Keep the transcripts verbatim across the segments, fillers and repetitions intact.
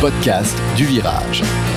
podcast du Virage.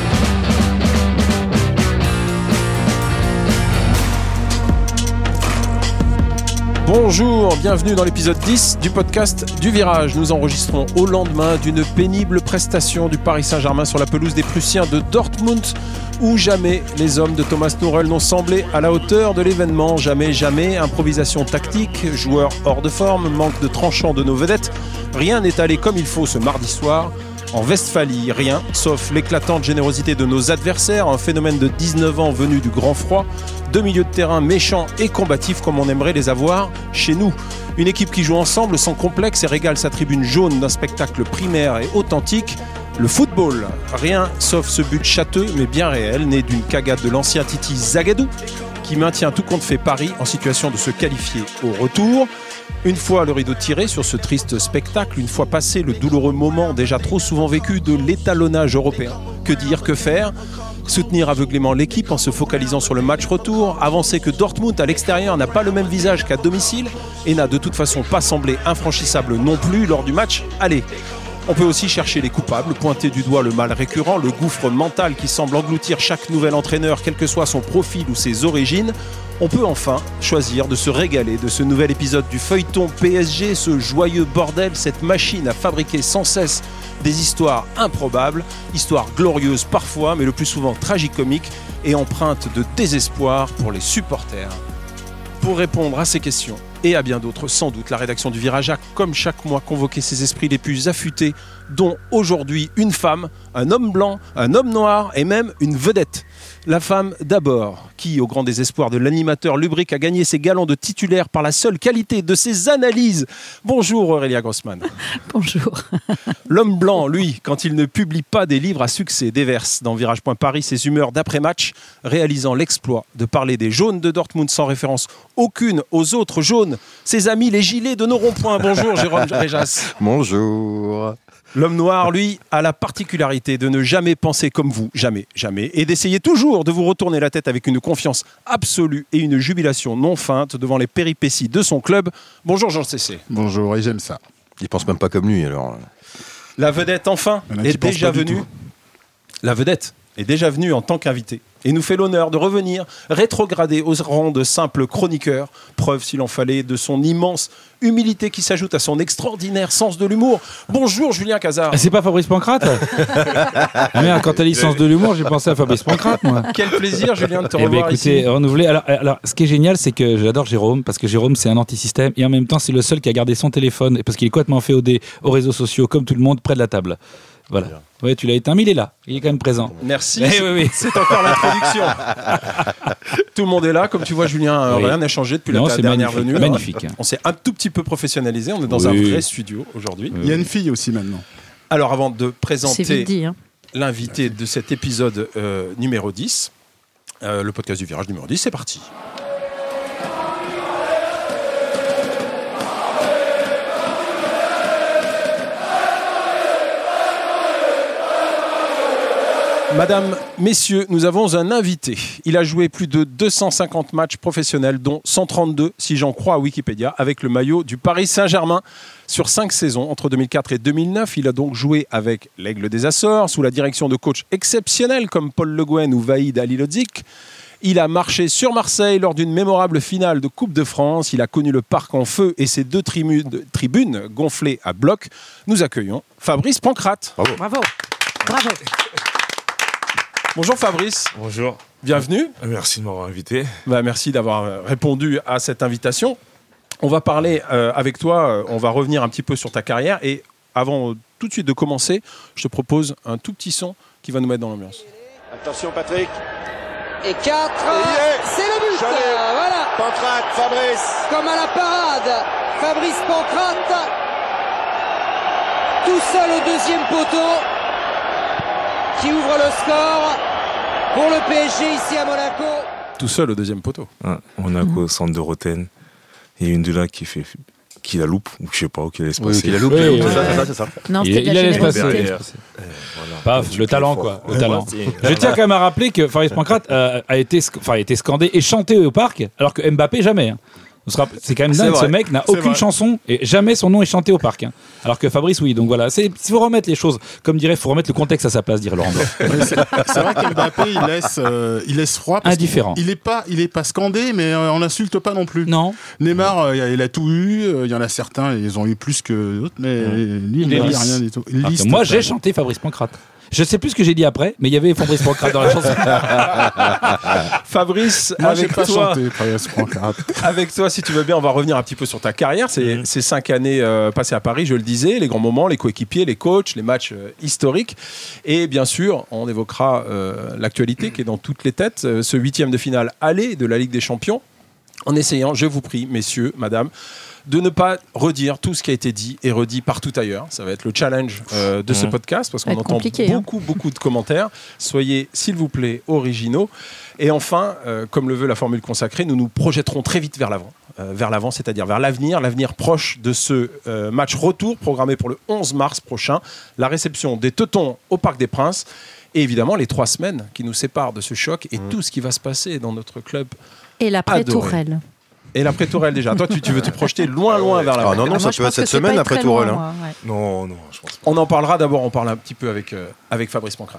Bonjour, bienvenue dans l'épisode dix du podcast du Virage. Nous enregistrons au lendemain d'une pénible prestation du Paris Saint-Germain sur la pelouse des Prussiens de Dortmund, où jamais les hommes de Thomas Tuchel n'ont semblé à la hauteur de l'événement. Jamais, jamais, improvisation tactique, joueurs hors de forme, manque de tranchant de nos vedettes. Rien n'est allé comme il faut ce mardi soir. En Westphalie, rien, sauf l'éclatante générosité de nos adversaires, un phénomène de dix-neuf ans venu du grand froid, deux milieux de terrain méchants et combatifs comme on aimerait les avoir chez nous. Une équipe qui joue ensemble sans complexe et régale sa tribune jaune d'un spectacle primaire et authentique. Le football, rien sauf ce but châteux mais bien réel, né d'une cagade de l'ancien Titi Zagadou, qui maintient tout compte fait Paris en situation de se qualifier au retour. Une fois le rideau tiré sur ce triste spectacle, une fois passé le douloureux moment déjà trop souvent vécu de l'étalonnage européen, que dire, que faire ? Soutenir aveuglément l'équipe en se focalisant sur le match retour, avancer que Dortmund à l'extérieur n'a pas le même visage qu'à domicile et n'a de toute façon pas semblé infranchissable non plus lors du match aller. On peut aussi chercher les coupables, pointer du doigt le mal récurrent, le gouffre mental qui semble engloutir chaque nouvel entraîneur, quel que soit son profil ou ses origines. On peut enfin choisir de se régaler de ce nouvel épisode du feuilleton P S G, ce joyeux bordel, cette machine à fabriquer sans cesse des histoires improbables, histoires glorieuses parfois, mais le plus souvent tragicomiques et empreintes de désespoir pour les supporters. Pour répondre à ces questions et à bien d'autres, sans doute, la rédaction du Virage a, comme chaque mois, convoqué ses esprits les plus affûtés, dont aujourd'hui une femme, un homme blanc, un homme noir et même une vedette. La femme d'abord, qui, au grand désespoir de l'animateur lubrique, a gagné ses galons de titulaire par la seule qualité de ses analyses. Bonjour Aurélia Grossman. Bonjour. L'homme blanc, lui, quand il ne publie pas des livres à succès, déverse dans Virage point Paris ses humeurs d'après-match, réalisant l'exploit de parler des jaunes de Dortmund sans référence aucune aux autres jaunes, ses amis les gilets de nos ronds-points. Bonjour Jérôme Réjas. Bonjour. L'homme noir, lui, a la particularité de ne jamais penser comme vous, jamais, jamais, et d'essayer toujours de vous retourner la tête avec une confiance absolue et une jubilation non feinte devant les péripéties de son club. Bonjour Jean Cessé. Bonjour, et j'aime ça. Il pense même pas comme lui, alors. La vedette, enfin, est déjà venue. La vedette est déjà venue en tant qu'invitée et nous fait l'honneur de revenir rétrogradé au rang de simple chroniqueur, preuve s'il en fallait de son immense humilité qui s'ajoute à son extraordinaire sens de l'humour. Bonjour Julien Cazard. C'est pas Fabrice Pancrate? Ah merde, quand t'as dit sens de l'humour, j'ai pensé à Fabrice Pancrate, moi. Quel plaisir Julien de te eh revoir ben, écoutez, ici. renouvelé. Alors, alors, ce qui est génial, c'est que j'adore Jérôme, parce que Jérôme, c'est un anti-système, et en même temps, c'est le seul qui a gardé son téléphone, parce qu'il est complètement féodé aux réseaux sociaux, comme tout le monde, près de la table. Voilà. Ouais, tu l'as éteint, mais il est là. Il est quand même présent. Merci. Eh oui, oui. C'est encore l'introduction. Tout le monde est là. Comme tu vois, Julien, oui. Rien n'a changé depuis non, la dernière magnifique, venue. Magnifique. On s'est un tout petit peu professionnalisé. On est dans oui. un vrai studio aujourd'hui. Il y a une fille aussi maintenant. Alors, avant de présenter dit, hein. l'invité de cet épisode euh, numéro dix, euh, le podcast du Virage numéro dix, c'est parti. Madame, messieurs, nous avons un invité. Il a joué plus de deux cent cinquante matchs professionnels, dont cent trente-deux, si j'en crois à Wikipédia, avec le maillot du Paris Saint-Germain. Sur cinq saisons, entre deux mille quatre et deux mille neuf, il a donc joué avec l'Aigle des Açores, sous la direction de coachs exceptionnels comme Paul Le Guen ou Vahid Halilhodžić. Il a marché sur Marseille lors d'une mémorable finale de Coupe de France. Il a connu le parc en feu et ses deux tribunes, tribunes gonflées à bloc. Nous accueillons Fabrice Pancrate. Bravo. Bravo. Bravo. Bonjour Fabrice. Bonjour. Bienvenue. Merci de m'avoir invité. Bah, merci d'avoir répondu à cette invitation. On va parler euh, avec toi, euh, on va revenir un petit peu sur ta carrière. Et avant euh, tout de suite de commencer, je te propose un tout petit son qui va nous mettre dans l'ambiance. Attention Patrick. Et quatre, c'est le but. Chalet. Voilà. Pancrate, Fabrice. Comme à la parade, Fabrice Pancrate, tout seul au deuxième poteau, qui ouvre le score pour le P S G ici à Monaco. Tout seul au deuxième poteau. Ah, Monaco, mmh. centre de Roten. Il y a une de là qui fait qui la loupe, ou je sais pas, ou qui la laisse passer. Oui, qui la loupe, oui, oui, oui, c'est, oui. ça, c'est ça, c'est ça. Non, il, c'était il de la la laisse passer. générosité. Euh, voilà. Paf, le talent, quoi. Le Ouais, talent. ouais, Je tiens quand même à rappeler que Fabrice Pancrate euh, a, été, sc- a été scandé et chanté au parc, alors que Mbappé, jamais. Hein. On se rappelle- C'est quand même C'est dingue, ce vrai. mec n'a C'est aucune vrai. chanson et jamais son nom est chanté au parc. hein. Alors que Fabrice, oui. Donc voilà, il faut remettre les choses. Comme dirait, il faut remettre le contexte à sa place, dirait Laurent Blanc. Mais c'est c'est vrai qu'Mbappé, il laisse, euh, il laisse froid. parce Indifférent. qu'il- Il est pas, il est pas scandé, mais euh, on l'insulte pas non plus. Non. Neymar, euh, il a- il a tout eu. euh, Il y en a certains, ils ont eu plus que d'autres, mais lui, il Il est n'a lisse. rien du tout. Il Alors que lisse moi, total. j'ai chanté Fabrice Pancrate. Je sais plus ce que j'ai dit après, mais il y avait Fabrice Pancrate dans la chanson. Fabrice, Moi, j'ai avec pas toi, chanté. Fabrice Pancrate. avec toi, si tu veux bien, on va revenir un petit peu sur ta carrière. C'est ces cinq années euh, passées à Paris, je le disais, les grands moments, les coéquipiers, les coachs, les matchs euh, historiques. Et bien sûr, on évoquera euh, l'actualité qui est dans toutes les têtes, euh, ce huitième de finale aller de la Ligue des Champions, en essayant, je vous prie, messieurs, madame, de ne pas redire tout ce qui a été dit et redit partout ailleurs. Ça va être le challenge euh, de ce Mmh. podcast parce Ça va qu'on être entend compliqué, hein. beaucoup, beaucoup de commentaires. Soyez, s'il vous plaît, originaux. Et enfin, euh, comme le veut la formule consacrée, nous nous projetterons très vite vers l'avant. Euh, vers l'avant, c'est-à-dire vers l'avenir, l'avenir proche de ce euh, match retour programmé pour le onze mars prochain, la réception des Teutons au Parc des Princes et évidemment les trois semaines qui nous séparent de ce choc et tout ce qui va se passer dans notre club. Et la Adoré. Tourelle. Et l'après Tourelle déjà. Toi, tu, tu veux te projeter loin, loin vers l'avant. Ah non, non, ça peut être cette semaine après Tourelle. hein. Non, non, je pense pas. On en parlera d'abord, on parle un petit peu avec, euh, avec Fabrice Pancrate.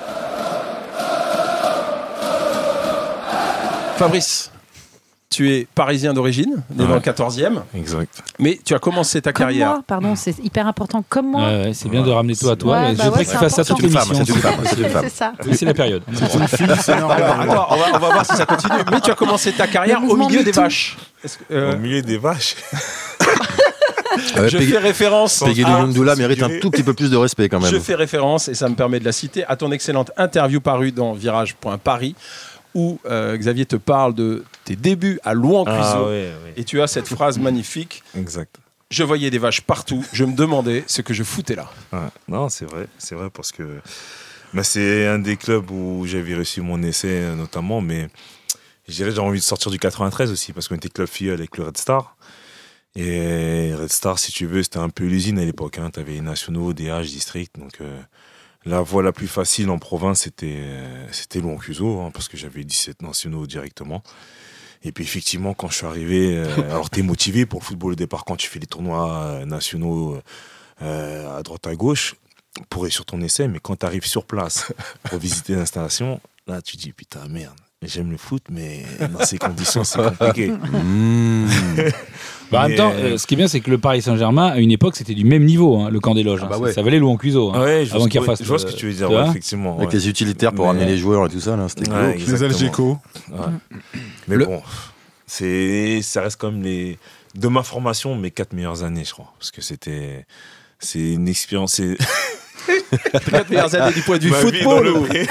Fabrice, tu es parisien d'origine, né Ouais. dans le quatorzième, Exact. mais tu as commencé ta Comme carrière. moi, pardon, c'est hyper important. Comme moi. Ouais, ouais, c'est bien de ramener tout à toi. Ouais, et bah je voudrais ouais, que tu c'est fasses ça toute important. l'émission. C'est une femme, c'est une femme. C'est ça. Oui, c'est la période. C'est une fille, c'est normal. Attends, on va, on va voir si ça continue. Mais tu as commencé ta carrière Le au mouvement milieu des MeToo. vaches. Est-ce que, euh, Au milieu des vaches. Ah ouais, je Peggy- fais référence. Peggy à- Lundula mérite un tout petit peu plus de respect quand même. Je fais référence, et ça me permet de la citer, à ton excellente interview parue dans virage point paris, où euh, Xavier te parle de tes débuts à Louan-Cuiseaux. Ah ouais, ouais. Et tu as cette phrase magnifique. Exact. Je voyais des vaches partout. Je me demandais ce que je foutais là. Ouais. Non, c'est vrai, c'est vrai parce que bah, c'est un des clubs où j'avais reçu mon essai euh, notamment, mais je dirais que j'ai envie de sortir du quatre-vingt-treize aussi parce qu'on était club filleul avec le Red Star. Et Red Star, si tu veux, c'était un peu l'usine à l'époque. Hein. Tu avais les nationaux, D H, district. Donc euh, la voie la plus facile en province, c'était euh, c'était Louan-Cuiseaux hein, parce que j'avais dix-sept nationaux directement. Et puis effectivement, quand je suis arrivé, euh, alors t'es motivé pour le football au départ quand tu fais les tournois euh, nationaux euh, à droite à gauche pour être sur ton essai, mais quand tu arrives sur place pour visiter l'installation, là tu dis putain merde, j'aime le foot, mais dans ces conditions c'est compliqué. Mmh. Bah, en même Mais, temps, euh, euh, ce qui est bien, c'est que le Paris Saint-Germain, à une époque, c'était du même niveau, hein, le camp des loges. Ah hein. bah ouais. Ça valait Louan-Cuiseaux. hein, Ah ouais, je avant vois, qu'il ce- refasse je vois le- ce que tu veux dire, tu ouais, vois effectivement. Avec ouais. les utilitaires pour Mais- ramener les joueurs et tout ça, là, c'était Ouais, glauque. Les exactement. Algeco. Ouais. Mais Le- bon, c'est, ça reste comme les, de ma formation, mes quatre meilleures années, je crois. Parce que c'était, c'est une expérience. C'est... Les quatre meilleures années du point de vue Ma vie dans football. le ou- pré.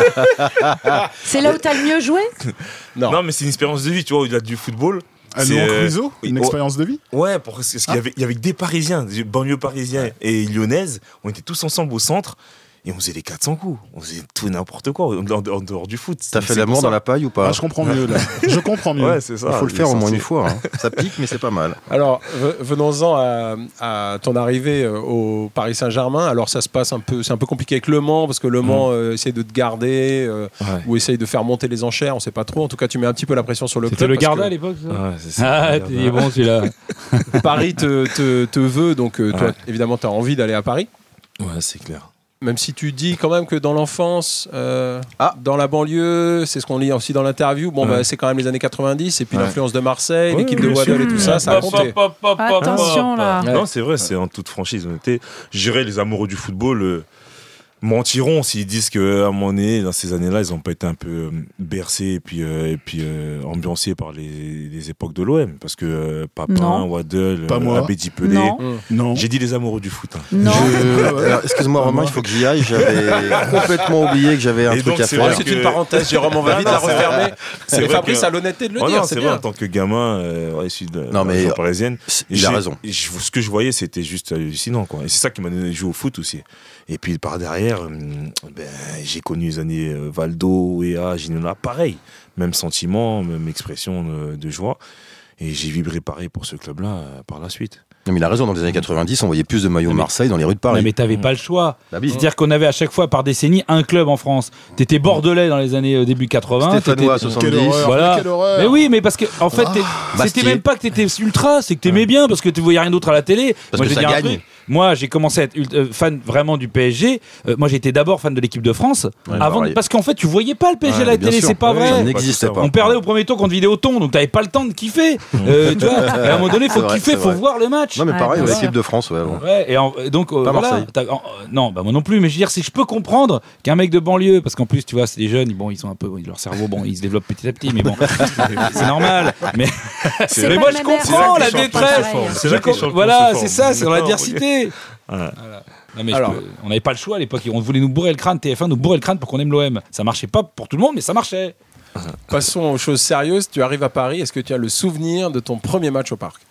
C'est là où t'as le mieux joué. Non. Non, mais c'est une expérience de vie, tu vois, au-delà du football. À C'est, euh, Louan-Cuiseaux, oui, une oh, expérience de vie. Ouais, parce qu'il y avait, il y avait que des Parisiens, des banlieues parisiens et lyonnaises. On était tous ensemble au centre et on faisait les quatre cents coups. On faisait tout n'importe quoi en, en- en dehors du foot. T'as C'est fait pour l'amour ça. dans la paille ou pas Ah, je comprends mieux là. Je comprends mieux. Ouais, c'est ça. Il faut le j'ai faire au moins senti- une fois. hein. Ça pique, mais c'est pas mal. Alors, ve- venons-en à, à ton arrivée euh, au Paris Saint-Germain. Alors, ça se passe un peu, c'est un peu compliqué avec Le Mans parce que Le Mans euh, essaie de te garder euh, Ouais. ou essaye de faire monter les enchères. On sait pas trop. En tout cas, tu mets un petit peu la pression sur le C'était club. le parce Garda que à l'époque, ça Ouais, c'est ça. Ah, Regarde, t'es bon celui-là. Paris te, te, te veut, donc euh, toi, Ouais. évidemment, tu as envie d'aller à Paris. Ouais, c'est clair. Même si tu dis quand même que dans l'enfance, euh, Ah. dans la banlieue, c'est ce qu'on lit aussi dans l'interview, bon, Ouais. bah, c'est quand même les années quatre-vingt-dix, et puis Ouais. l'influence de Marseille, Ouais, l'équipe de bien Waddle sûr. et tout ça, ça a compté. Attention, là. Ouais. Non, c'est vrai, c'est en toute franchise, honnêteté. Je dirais, les amoureux du football euh, mentiront s'ils disent qu'à un moment donné, dans ces années-là, ils n'ont pas été un peu euh, bercés et puis, euh, et puis euh, ambiancés par les, les époques de l'O M. Parce que euh, Papin, Non. Waddle, Pas euh, moi. Abedi Pelé. Non. Non. J'ai dit les amoureux du foot. hein. Non. Je- Alors, excuse-moi, Romain, il faut que j'y aille. J'avais complètement oublié que j'avais un Et truc donc, à c'est Oh, faire. vrai c'est que- une parenthèse, Jérôme, on va Non, vite non, la c'est vrai. refermer. C'est Et vrai Fabrice que- a l'honnêteté de le Oh dire, non, c'est c'est vrai, bien. en tant que gamin, euh, ouais, issu de Non, la mais- région parisienne. Il a j'ai- raison. je- ce que je voyais, c'était juste hallucinant, quoi. Et c'est ça qui m'a donné de jouer au foot aussi. Et puis par derrière, hum, ben, j'ai connu les années euh, Valdo, E A, Ginola, pareil. Même sentiment, même expression de, de joie. Et j'ai vibré pareil pour ce club-là euh, par la suite. Non, mais il a raison, dans les années quatre-vingt-dix, on voyait plus de maillots mais, Marseille dans les rues de Paris. Non, mais t'avais mmh. pas le choix. Bah oui. C'est-à-dire qu'on avait à chaque fois par décennie un club en France. T'étais bordelais dans les années euh, début quatre-vingts. Stéphanois, soixante-dix. Quelle horreur, voilà. quelle horreur. Mais oui, mais parce que en fait, t'es, Ah, c'était même pas que t'étais ultra, c'est que t'aimais ouais. bien parce que tu voyais rien d'autre à la télé. Parce moi, que je vais ça dire un gagne. truc. Moi, j'ai commencé à être euh, fan vraiment du P S G. Euh, moi, j'étais d'abord fan de l'équipe de France. Ouais, avant, pareil. parce qu'en fait, tu voyais pas le P S G Ouais, à la bien télé, sûr. c'est pas Ouais, vrai. ça n'existait pas. On perdait au premier tour contre Vidéoton, donc t'avais pas le temps de kiffer. euh, tu vois, à un moment donné, faut C'est vrai, kiffer, c'est faut vrai. voir le match. Non, mais Ouais, pareil, bien l'équipe sûr. de France, ouais. Bon. Ouais, et en- donc euh, Pas voilà. Marseille. t'as- en- euh, non, bah moi non plus, mais je veux dire, c'est que je peux comprendre qu'un mec de banlieue, parce qu'en plus, tu vois, c'est des jeunes, ils- bon, ils sont un peu, leur cerveau, bon, ils se développent petit à petit, mais bon, c'est normal. Mais, C'est mais pas moi, le je même air. comprends C'est là la que les champions détresse. se forment. C'est Je là que les com- champions Voilà, se c'est forment. ça, c'est dans la D'accord, diversité. Ouais. Voilà. Non, mais je Alors- peux- on n'avait pas le choix à l'époque. On voulait nous bourrer le crâne, T F un nous bourrer le crâne pour qu'on aime l'O M. Ça marchait pas pour tout le monde, mais ça marchait. Passons aux choses sérieuses. Tu arrives à Paris. Est-ce que tu as le souvenir de ton premier match au parc?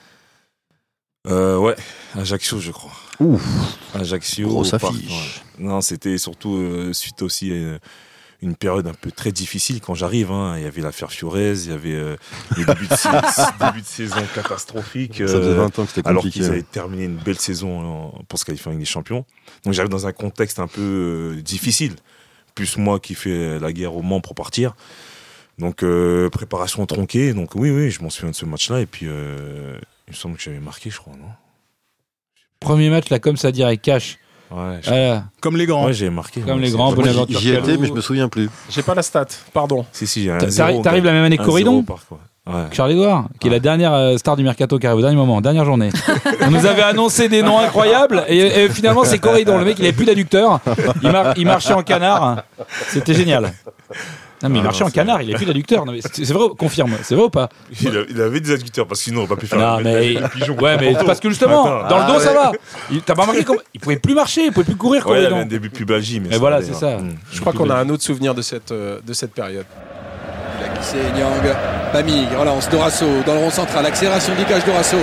Euh, ouais, Ajaccio, je crois. Ouf. Ajaccio. Grosse au parc, affiche. ouais. Non, c'était surtout euh, suite aussi à une, une période un peu très difficile quand j'arrive. Hein. Il y avait l'affaire Fiorez, il y avait euh, les débuts de, sa- début de saison catastrophiques. Ça faisait euh, vingt ans que c'était alors compliqué. qu'ils avaient terminé une belle saison en- pour se qualifier en Ligue des Champions. Donc j'arrive dans un contexte un peu euh, difficile. Plus moi qui fais la guerre au Mans pour partir. Donc euh, préparation tronquée. Donc oui, oui, je m'en souviens de ce match-là. Et puis euh, il me semble que j'avais marqué, je crois, non? Premier match, là, comme ça, direct, cash. Ouais, je- Voilà. Comme les grands. ouais, j'avais marqué. Comme ouais, les c'est- grands, Ouais, bonne Moi, j'y- aventure. J'y étais, Calou. mais je me souviens plus. J'ai pas la stat. Pardon. Si, si, j'ai un T'a- zéro, t'arrives- t'arrives la même année que un Corridon zéro au parc, ouais. Ouais. Charles-Édouard, qui est la dernière euh, star du mercato qui arrive au dernier moment, dernière journée. On nous avait annoncé des noms incroyables et, et finalement c'est Corridon. Le mec il avait plus d'adducteur, il, mar- il marchait en canard. C'était génial. Non mais il Ah marchait non, en c'est canard, il avait plus d'adducteur. Non, mais c'est c'est vrai, confirme, c'est vrai ou pas? Il, a- il avait des adducteurs parce que sinon on aurait pas pu faire Non la- mais la- la pigeon. ouais mais parce que justement Attends, dans le ah, dos ça ouais. va. Il, t'as pas remarqué comment il pouvait plus marcher, il pouvait plus courir Ouais, il avait Corridon. un début pubalgie, mais Et voilà, allait, c'est hein. ça. Mm. Je crois qu'on a un autre souvenir de cette, euh, de cette période. Il a glissé Nyang, Bami, relance, Dorasso dans le rond central, accélération d'Icage Dorasso.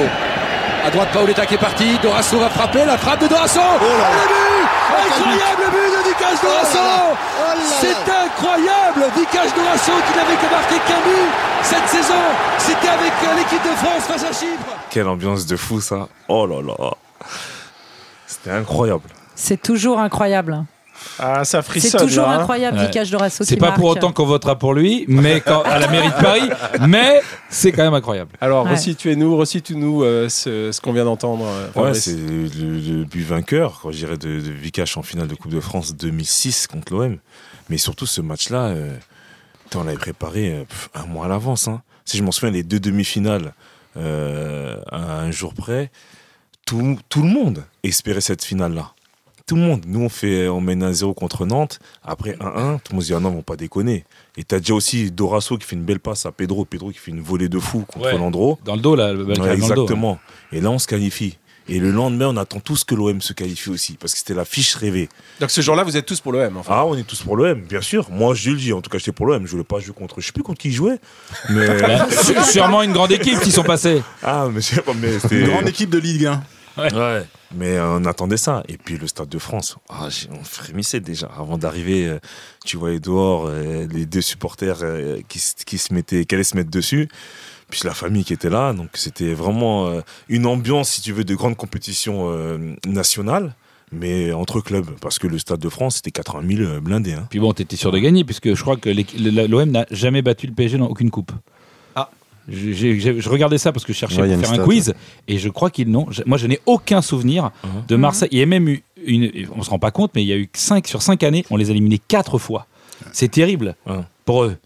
À droite, Paoletta qui est parti, Dorasso va frapper, la frappe de Dorasso. Oh, le but incroyable but de Vicage Dorasso. C'est incroyable, Vicage Dorasso qui n'avait que marqué qu'un but cette saison. C'était avec euh, l'équipe de France face à Chypre. Quelle ambiance de fou ça. Oh là là. C'était incroyable. C'est toujours incroyable. Ah, ça frissonne. C'est toujours là, hein. incroyable, Ouais. Vicage Dorasso. C'est qui pas marque. pour autant qu'on votera pour lui, mais quand, à la mairie de Paris, mais c'est quand même incroyable. Alors, Ouais. resitue-nous, resitue-nous euh, ce, ce qu'on vient d'entendre. euh, Ouais, Fabrice. c'est le, le but vainqueur, quoi, je dirais, de, de Vikash en finale de Coupe de France deux mille six contre l'O M. Mais surtout, ce match-là, euh, putain, on l'avait préparé euh, pff, un mois à l'avance. Hein. Si je m'en souviens, les deux demi-finales euh, à un jour près, tout, tout le monde espérait cette finale-là. Tout le monde. Nous, on, fait, on mène un zéro contre Nantes. Après un un, tout le monde se dit, ah non, ils vont pas déconner. Et t'as déjà aussi Dorasso qui fait une belle passe à Pedro. Pedro qui fait une volée de fou contre Ouais. Landreau. Dans le dos là, le bal qui Ouais, arrive dans le dos. exactement. Et là, on se qualifie. Et le lendemain, on attend tous que l'O M se qualifie aussi, parce que c'était la fiche rêvée. Donc, ce jour-là, vous êtes tous pour l'O M. Enfin. Ah, on est tous pour l'O M, bien sûr. Moi, je le dis, en tout cas, j'étais pour l'O M. Je voulais pas jouer contre. Je sais plus contre qui ils jouaient. Mais. Bah, sû- sûrement une grande équipe qui sont passés. ah, mais je sais pas, mais c'était. Une grande équipe de Ligue un. Ouais. Mais euh, on attendait ça. Et puis le Stade de France, ah, j'ai- on frémissait déjà. Avant d'arriver, euh, tu voyais dehors euh, les deux supporters euh, qui, s- qui, se mettaient, qui allaient se mettre dessus. Puis la famille qui était là. Donc c'était vraiment euh, une ambiance, si tu veux, de grande compétition euh, nationale, mais entre clubs. Parce que le Stade de France, c'était quatre-vingt mille euh, blindés. Hein. Puis bon, t'étais sûr de gagner, puisque je crois que l'O M n'a jamais battu le P S G dans aucune coupe. Ah. Je, j'ai- j'ai- je regardais ça parce que je cherchais Ouais, y a pour une faire un stat, quiz, et je crois qu'ils n'ont. je- Moi, je n'ai aucun souvenir Mhm. de Marseille. Il y a même eu une. On se rend pas compte, mais il y a eu cinq sur cinq années, on les a éliminés quatre fois. C'est terrible Ouais. pour eux.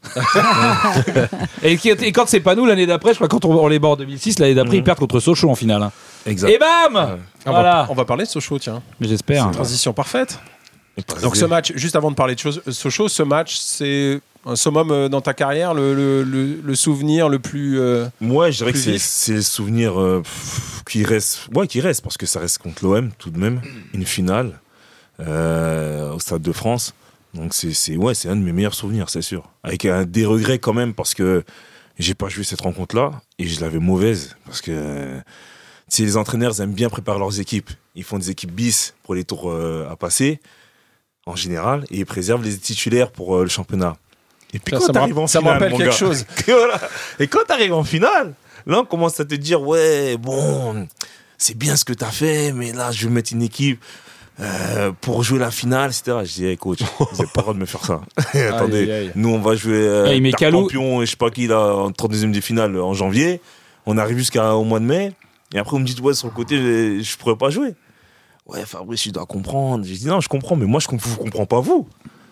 et, qui- et quand c'est pas nous, l'année d'après, je crois, quand on, on les bat en deux mille six, l'année d'après, Mhm. ils perdent contre Sochaux en finale. hein. Exact. Et bam Ouais. On, Voilà. va, on va parler de Sochaux, tiens. Mais j'espère. Transition parfaite. Et parce Donc, que- ce match, juste avant de parler de choses- Sochaux, ce match, c'est un summum euh, dans ta carrière, le, le, le- le souvenir le plus. euh, Moi, je dirais que plus c'est, vif. c'est le souvenir euh, pff, qui reste, ouais, qui reste, parce que ça reste contre l'O M tout de même, une finale euh, au Stade de France. Donc c'est, c'est, ouais, c'est un de mes meilleurs souvenirs, c'est sûr. Avec un, des regrets quand même, parce que j'ai pas joué cette rencontre-là et je l'avais mauvaise, parce que euh, tu sais, les entraîneurs ils aiment bien préparer leurs équipes. Ils font des équipes bis pour les tours euh, à passer, en général, et ils préservent les titulaires pour euh, le championnat. Et puis Ça, quand ça me t'arrives rapp- en ça me finale, rappelle mon quelque gars, chose. Voilà. Et quand t'arrives en finale, là on commence à te dire ouais bon, c'est bien ce que t'as fait, mais là, je vais mettre une équipe euh, pour jouer la finale, et cetera. Je dis, hey, coach, vous n'avez pas le droit de me faire ça. Attendez, Aïe, aïe. nous, on va jouer euh, Ah, il met carte Kalou. champion, et je sais pas qui, là, en trente-deuxième des finales en janvier. On arrive jusqu'au mois de mai. Et après, vous me dites, ouais, sur le côté, je, je pourrais pas jouer. Ouais, Fabrice, tu dois comprendre. J'ai dit, non, je comprends, mais moi, je ne vous comprends pas, vous.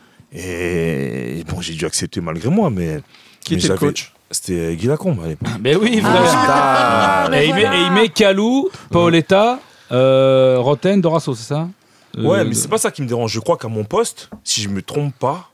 Et bon, j'ai dû accepter malgré moi, mais. Qui mais était le j'avais- coach? C'était Guy Lacombe à l'époque. Mais oui, Ah, frère. mais et, il met, voilà. et il met Kalou, Paoletta, euh, Roten, Dorasso, c'est ça Euh, Ouais, mais c'est pas ça qui me dérange. Je crois qu'à mon poste, si je me trompe pas,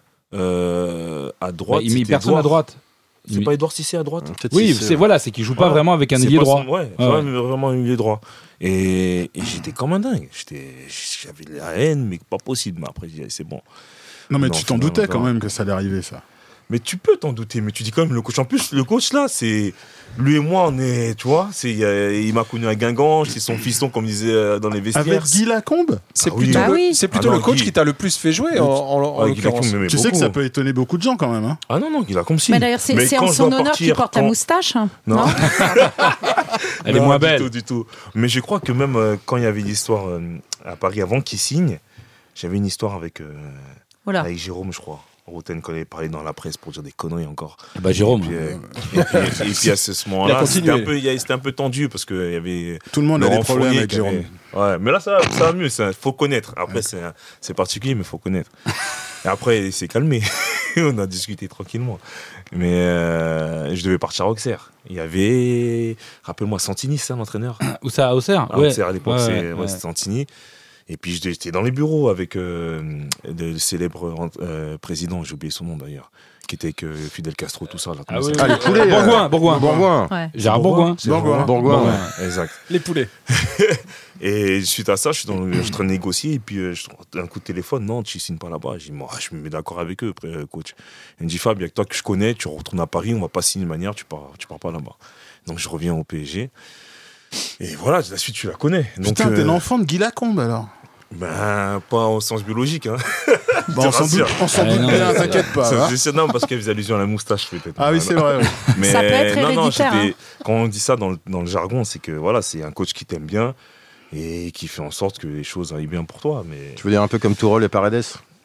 euh, à bah, droite. il met c'était personne Edouard. à droite. Il C'est met- pas Edouard Cissé à droite? Oui, Cissé, c'est ouais. voilà, c'est qu'il joue pas Ouais. vraiment avec un C'est ailier pas droit. son- Ouais, Ah ouais, ouais. mais vraiment un ailier droit. Et, et j'étais comme un dingue. J'étais, j'avais de la haine, mais pas possible. Mais après, j'ai dit, c'est bon. Non, mais Non, tu t'en finalement, doutais quand non. même que ça allait arriver, ça. Mais tu peux t'en douter, mais tu dis quand même le coach. En plus, le coach là, c'est. Lui et moi, on est. Tu vois, c'est, il, y a- il m'a connu à Guingamp, c'est son fiston, comme il disait euh, dans les vestiaires. Avec Guy Lacombe, C'est Ah oui. plutôt, Bah le, oui. c'est plutôt Ah non, le coach Guy- qui t'a le plus fait jouer, en, en- en Ouais, Guy Lacombe l'occurrence. m'aimait tu sais que beaucoup. ça peut étonner beaucoup de gens quand même. Hein. Ah non, non, il a comme si. Mais d'ailleurs, c'est, Mais c'est quand en je son dois honneur qu'il partir, porte la quand- moustache. hein, Non. Non, Elle est Non, moins du belle. tout, du tout. Mais je crois que même euh, quand il y avait l'histoire euh, à Paris avant qu'il signe, j'avais une histoire avec, euh, Voilà. avec Jérôme, je crois. Roten, quand il avait parlé dans la presse pour dire des conneries encore. Bah, Jérôme. Et puis, euh, et puis, et puis à ce Il a moment-là, continué. c'était un, peu, il y a- c'était un peu tendu parce qu'il y avait. Tout le monde a Laurent des problèmes Fournier avec qui avait- Jérôme. Ouais, mais là, ça, va- ça va mieux. Il faut connaître. Après, c'est, un- c'est particulier, mais il faut connaître. Et après, il s'est calmé. On a discuté tranquillement. Mais euh, je devais partir à Auxerre. Il y avait. Rappelle-moi, Santini, c'est ça, l'entraîneur? Où ça, à Auxerre Ah, Ouais. Auxerre, à l'époque, Ouais, c'est, ouais, ouais, ouais. c'était Santini. Et puis j'étais dans les bureaux avec euh, le célèbre euh, président, j'ai oublié son nom d'ailleurs, qui était avec euh, Fidel Castro, tout ça. Là, comment Ah ça oui, s'appelle Ah, les poulets. Bourgoin, euh, Bourgoin. Bourgoin. Ouais. Gérard Bourgoin. C'est Bourgoin. Bourgoin, Bourgoin. ouais. Exact. Les poulets. Et suite à ça, je suis, dans, je suis en train de négocier et puis euh, je trouve un coup de téléphone. Non, tu signes pas là-bas. Je dis, moi, je me mets d'accord avec eux, après, euh, coach. Il me dit, Fab, il y a que toi que je connais, tu retournes à Paris, on va pas signer de manière, tu pars, tu pars pas là-bas. Donc je reviens au P S G. Et voilà, la suite, tu la connais. Donc, Putain, t'es euh, l'enfant de Guy Lacombe alors. Ben, pas au sens biologique. Hein. Bah, on s'en doute, rassure. on s'en Ah, doute non, bien, mais- t'inquiète pas. Ça, hein. je sais, non, parce qu'elle faisait allusion à la moustache, peut-être. Ah oui, c'est vrai. oui. Mais Ça peut être non, non, héréditaire, j'étais- hein. quand on dit ça dans le, dans le jargon, c'est que voilà, c'est un coach qui t'aime bien et qui fait en sorte que les choses aillent bien pour toi. Mais Tu veux dire un peu comme Tourelle et Paredes?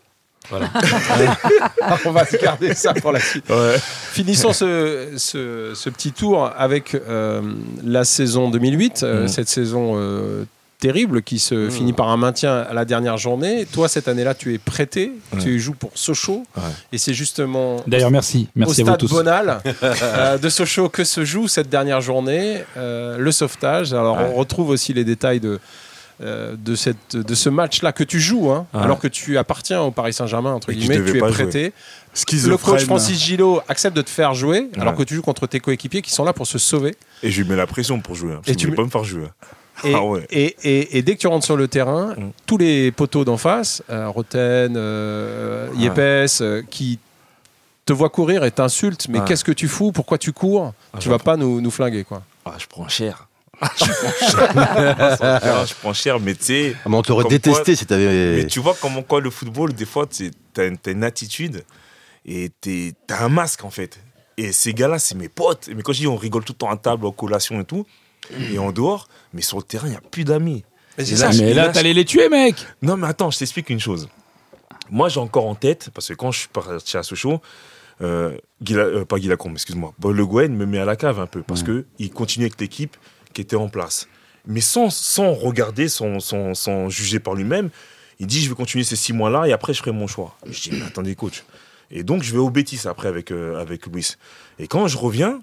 On va se garder ça pour la suite. ouais. Finissons ce, ce, ce petit tour avec euh, la saison deux mille huit, euh, Mm. cette saison euh, terrible qui se Mm. finit par un maintien à la dernière journée. Toi, cette année-là, tu es prêté, Ouais. tu joues pour Sochaux, Ouais. et c'est justement D'ailleurs, merci. Merci au à vous stade tous. Bonal euh, de Sochaux que se joue cette dernière journée, euh, le sauvetage. Alors, Ouais. on retrouve aussi les détails de. euh, de, cette, de ce match-là que tu joues, hein, Ouais. alors que tu appartiens au Paris Saint-Germain, entre Et que je guillemets, devais tu es pas prêté. Le Schizophrène. coach Francis Gillot accepte de te faire jouer, alors Ouais. que tu joues contre tes coéquipiers qui sont là pour se sauver. Et je lui mets la pression pour jouer. Hein, parce Et qu'il tu voulait mets- pas me faire jouer. Et, Ah ouais. et, et- et dès que tu rentres sur le terrain, Mm. tous les poteaux d'en face, euh, Roten, euh, Ouais. Yepes, euh, qui te voient courir et t'insultent, mais Ouais. qu'est-ce que tu fous? Pourquoi tu cours? Ah, Tu vas j'entends. pas nous, nous flinguer, quoi. Ah, je prends cher. Ah, je prends cher. Ah, je prends cher, mais tu sais. Ah, mais on t'aurait Comme détesté quoi- si t'avais. Mais tu vois comment quoi le football, des fois, tu as une, t'as une attitude et t'es- t'as un masque en fait. Et ces gars-là, c'est mes potes. Mais quand je dis on rigole tout le temps à table, en collation et tout, et en dehors, mais sur le terrain, il n'y a plus d'amis. Mais c'est Et ça, là, Ah, mais Et là, là, t'allais les tuer, mec. Non, mais attends, je t'explique une chose. Moi, j'ai encore en tête, parce que quand je suis parti à Sochaux, euh, Guy La- euh, pas Guy Lacombe, excuse-moi, Paul Le Guen me met à la cave un peu, parce que il continue avec l'équipe qui était en place. Mais sans, sans regarder, sans, sans, sans juger par lui-même, il dit, je vais continuer ces six mois-là et après, je ferai mon choix. Je dis, mais attendez, coach. Et donc, je vais au Bétis après avec, euh, avec Louis. Et quand je reviens,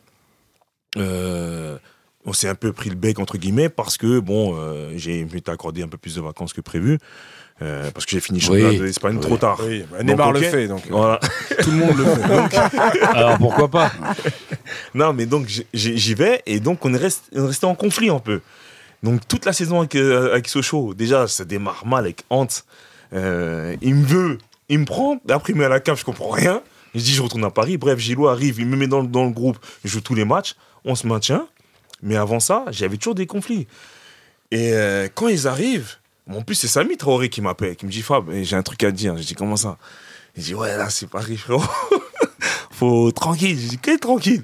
euh, on s'est un peu pris le bec, entre guillemets, parce que, bon, euh, j'ai m'étais accordé un peu plus de vacances que prévu, euh, parce que j'ai fini championnat Oui. d'Espagne Oui. trop tard. Oui, bah, Donc, Neymar ok. le fait, donc. Voilà. Tout le monde le fait. Donc, Alors pourquoi pas? Non, mais donc j'ai- j'ai- j'y vais et donc on est, rest- on est resté en conflit un peu. Donc toute la saison avec, euh, avec Sochaux, déjà ça démarre mal avec Ant. Euh, il me veut, il me prend, après il me met à la cave, je comprends rien. Je dis je retourne à Paris. Bref, Gilot arrive, il me met dans, le- dans le groupe, je joue tous les matchs, on se maintient. Mais avant ça, j'avais toujours des conflits. Et euh, quand ils arrivent, en plus c'est Samy Traoré qui m'appelle, qui me dit Fab, j'ai un truc à te dire. Je dis comment ça? Il dit ouais là c'est Paris frérot. Faut tranquille. Je dis quel tranquille?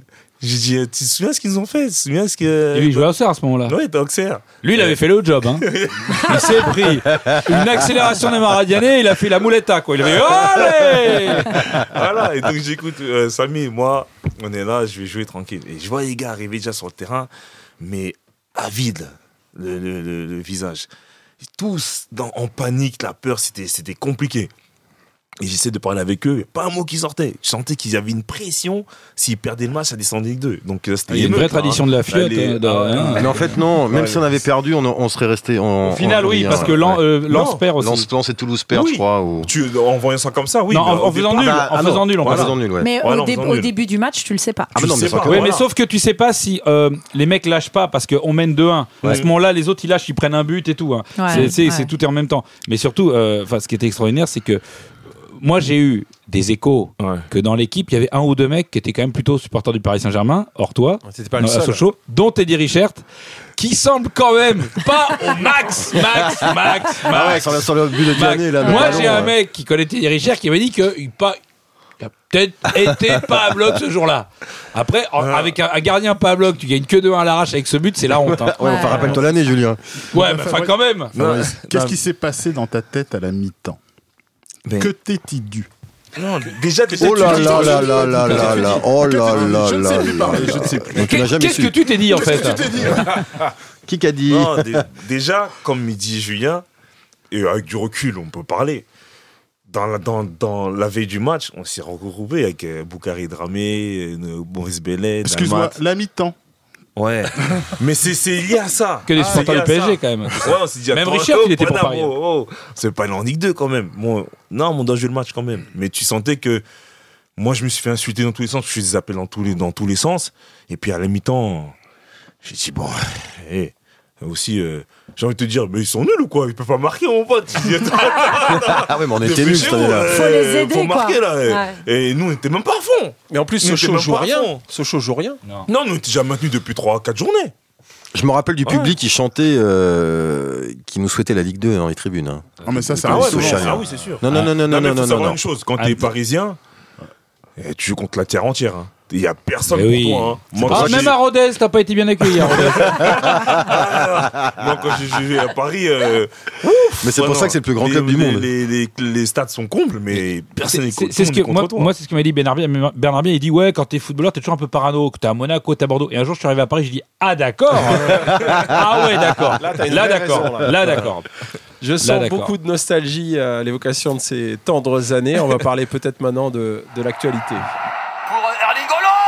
J'ai dit, tu te souviens ce qu'ils nous ont fait? Tu te souviens ce que. Et lui, il jouait à Auxerre à ce moment-là. Ouais, il était à Auxerre. Lui, il avait fait le job. Hein. Il s'est pris une accélération des Maradianais, il a fait la mouletta, quoi. Il avait allez. Voilà, et donc j'écoute euh, Samy, moi, on est là, je vais jouer tranquille. Et je vois les gars arriver déjà sur le terrain, mais avides, le, le, le, le visage. Et tous dans, en panique, la peur, c'était, c'était compliqué. Et j'essaie de parler avec eux, pas un mot qui sortait. Je sentais qu'ils avaient une pression. S'ils perdaient le match, ça descendait avec deux. Donc euh, c'était il y a une vraie tradition hein. de la fiotte. Les... Hein, de... ah, Mais en fait, non. Même ouais, si on avait perdu, on, on serait resté. En, Au final, en, oui, en, parce en, que Lens ouais. euh, Lens perd aussi. Lens, Lens et Toulouse perdent, Oui. je crois. Ou... Tu, en voyant ça comme ça, oui. Non, en, en au faisant départ, nul. bah, En ah faisant non, nul, en en faisant faisant nul, ouais. Mais Ouais, au, non, dé- faisant au nul. début du match, tu le sais pas. Ah, mais non, Tu mais sais ça, pas, quand Oui, même. mais voilà. sauf que tu sais pas si euh, les mecs lâchent pas parce qu'on mène deux un. À ce moment-là, les autres ils lâchent, ils prennent un but et tout. Hein. Ouais, c'est, c'est, ouais. c'est tout est en même temps. Mais surtout, euh, ce qui était extraordinaire, c'est que moi j'ai eu des échos Ouais. que dans l'équipe il y avait un ou deux mecs qui étaient quand même plutôt supporters du Paris Saint-Germain, hors toi, C'était pas le à seul. Sochaux, dont Teddy Richert, qui semble quand même pas au max, max, max, Ah ouais, max. sur, le- sur le but de max. Diané, là. le Moi ballon, j'ai un euh. mec qui connaît Teddy Richert qui m'a dit qu'il pas il a peut-être été pas à bloc ce jour-là. Après, en- avec un, un gardien pas à bloc, tu gagnes que deux un à l'arrache avec ce but, c'est la honte. Hein. Ouais, enfin, rappelle-toi l'année, Julien. Ouais, mais enfin quand même. Non, Qu'est-ce non, qui s'est passé dans ta tête à la mi-temps? mais- Que t'es-il dû? Non, déjà, déjà, Oh tu là dis- là là là là là là. Oh là là Je ne là sais plus là. parler, je ne sais plus. Donc, tu n'as Qu'est- jamais Qu'est-ce su. que tu t'es dit en fait? Qui qu'a dit? Non, dé- déjà, comme il dit Julien, et avec du recul, on peut parler. Dans la, dans, dans la veille du match, on s'est regroupé avec euh, Boukari Dramé, euh, Maurice Bellet, Excuse-moi, Dalmat. la mi-temps. Ouais. Mais c'est, c'est lié à ça. Que des Ah, supporters c'est du lié à P S G ça. quand même. Ouais, on s'est dit, Même attends, Richard, oh, il était pour Paname, Paris. oh, oh. C'est pas en Ligue deux quand même. Moi, non, on doit jouer le match quand même. Mais tu sentais que moi, je me suis fait insulter dans tous les sens. Je suis zappé dans tous les, dans tous les sens. Et puis à la mi-temps, j'ai dit, bon, hé, aussi, euh, j'ai envie de te dire, mais ils sont nuls ou quoi? Ils peuvent pas marquer, mon pote. Ah ouais, mais on était nuls cette année-là. Faut les aider, Faut quoi. marquer, là. et- Ouais. Et nous, on était même pas à fond. Mais en plus, Nous, on était Sochaux même joue pas à rien. fond. Sochaux joue rien. Non, nous, on était déjà maintenus depuis trois quatre journées. Je me rappelle du Ouais. public qui chantait, euh, qui nous souhaitait la Ligue deux dans les tribunes. hein. Non, mais ça, ça Ah arrive ouais, souvent. Sochaux. ah oui, c'est sûr. Non, non, non, non, non, mais non, faut non, savoir non. une chose, quand Ah, t'es parisien, eh, tu joues contre la terre entière. hein. Il y a personne Mais pour oui. toi. hein. Moi, Ah, quand même j'ai- à Rodez, t'as pas été bien accueilli à Rodez. Moi, quand j'ai joué à Paris, euh, Mais c'est ouais, pour non, ça que c'est le plus grand les- club du les- monde. Les, les, les stades sont combles, mais personne n'est C'est- contre c'est ce tout le que monde est moi, contre toi. moi, c'est ce que m'a dit Bernard Bien. Bernard Bien, il dit ouais, quand t'es footballeur, t'es toujours un peu parano. Que t'es à Monaco, t'es à Bordeaux. Et un jour, je suis arrivé à Paris, je dis ah d'accord. Ah ouais, d'accord. Là, t'as une Là, vraie d'accord. raison, là. Là, d'accord. Je sens d'accord. beaucoup de nostalgie à l'évocation de ces tendres années. On va parler peut-être maintenant de, de l'actualité. Pour Erling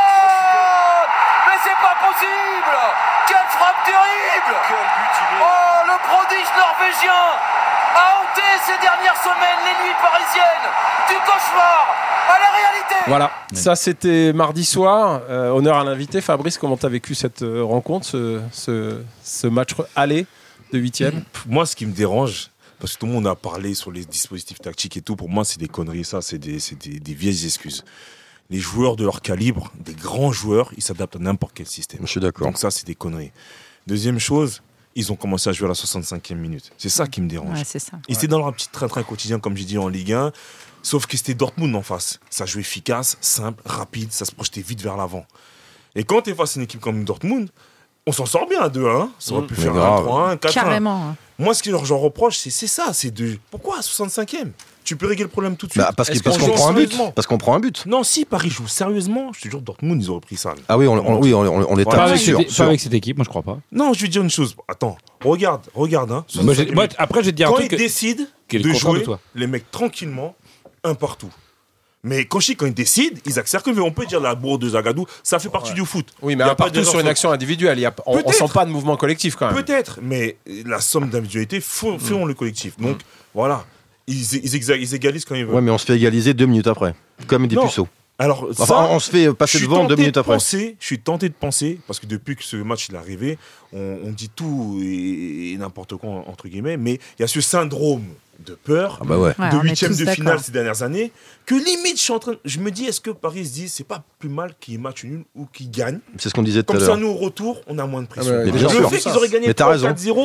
Haaland. Mais c'est pas possible. Quelle frappe terrible. Oh, le prodige norvégien a hanté ces dernières semaines les nuits parisiennes. Du cauchemar à la réalité. Voilà, ça c'était mardi soir. Euh, honneur à l'invité. Fabrice, comment t'as vécu cette euh, rencontre, ce, ce, ce match aller de huitième? Moi, ce qui me dérange, parce que tout le monde a parlé sur les dispositifs tactiques et tout, pour moi, c'est des conneries, ça, c'est des, c'est des, des vieilles excuses. Les joueurs de leur calibre, des grands joueurs, ils s'adaptent à n'importe quel système. Je suis d'accord. Donc ça, c'est des conneries. Deuxième chose, ils ont commencé à jouer à la soixante-cinquième minute. C'est ça qui me dérange. Ouais, c'est ça. Ils étaient dans leur petit train-train quotidien, comme j'ai dit, en Ligue un, sauf que c'était Dortmund en face. Ça jouait efficace, simple, rapide, ça se projetait vite vers l'avant. Et quand tu es face à une équipe comme Dortmund, on s'en sort bien à deux un. Ça aurait pu Mais faire grave. un trois un, quatre un. Carrément. hein. Moi, ce que j'en reproche, c'est, c'est ça. C'est de... Pourquoi à soixante-cinquième? Tu peux régler le problème tout de suite. Bah, parce Est-ce qu'il- parce qu'on qu'on joue prend un but. sérieusement? Parce qu'on prend un but. Non, si Paris joue sérieusement, je te jure, Dortmund, ils auraient pris ça. Ah oui, on, on- oui, on, on, on les Voilà. Pas tape, avec, c'est sûr. cette, pas sûr. avec cette équipe, moi je crois pas. Non, je vais te dire une chose. Attends, regarde, regarde. Hein, Moi, j'ai- moi, après, je vais te dire un quand truc. ils que- décident qui est de le contraire de jouer, toi. les mecs tranquillement, un partout. Mais quand, je dis, quand ils décident, ils accélèrent. On peut dire la bourre de Zagadou, ça fait partie du foot. Oui, mais Il y a un pas partout d'erreur sur une sur- action individuelle. Il y a, on, on Peut-être. sent pas de mouvement collectif quand même. Peut-être, mais la somme d'individualité, font, font le collectif. Donc, Mm. voilà, ils, ils, exa- ils égalisent quand ils veulent. Ouais, mais on se fait égaliser deux minutes après. Comme des Non. puceaux. Alors, Enfin, ça, on se fait passer je suis devant deux tenté minutes de après. penser, je suis tenté de penser, parce que depuis que ce match est arrivé, on, on dit tout et, et n'importe quoi, entre guillemets, mais il y a ce syndrome de peur, Ah bah ouais. Ouais, de on est huitième tous de d'accord. finale ces dernières années, que limite, je, suis en train, je me dis, est-ce que Paris se dit, c'est pas plus mal qu'il y ait match nul ou qu'il gagne? C'est ce qu'on disait tout à Comme ça, l'heure. nous, au retour, on a moins de pression. Ah ouais, Mais le bien sûr. fait qu'ils auraient gagné Mais t'as trois raison. quatre zéro,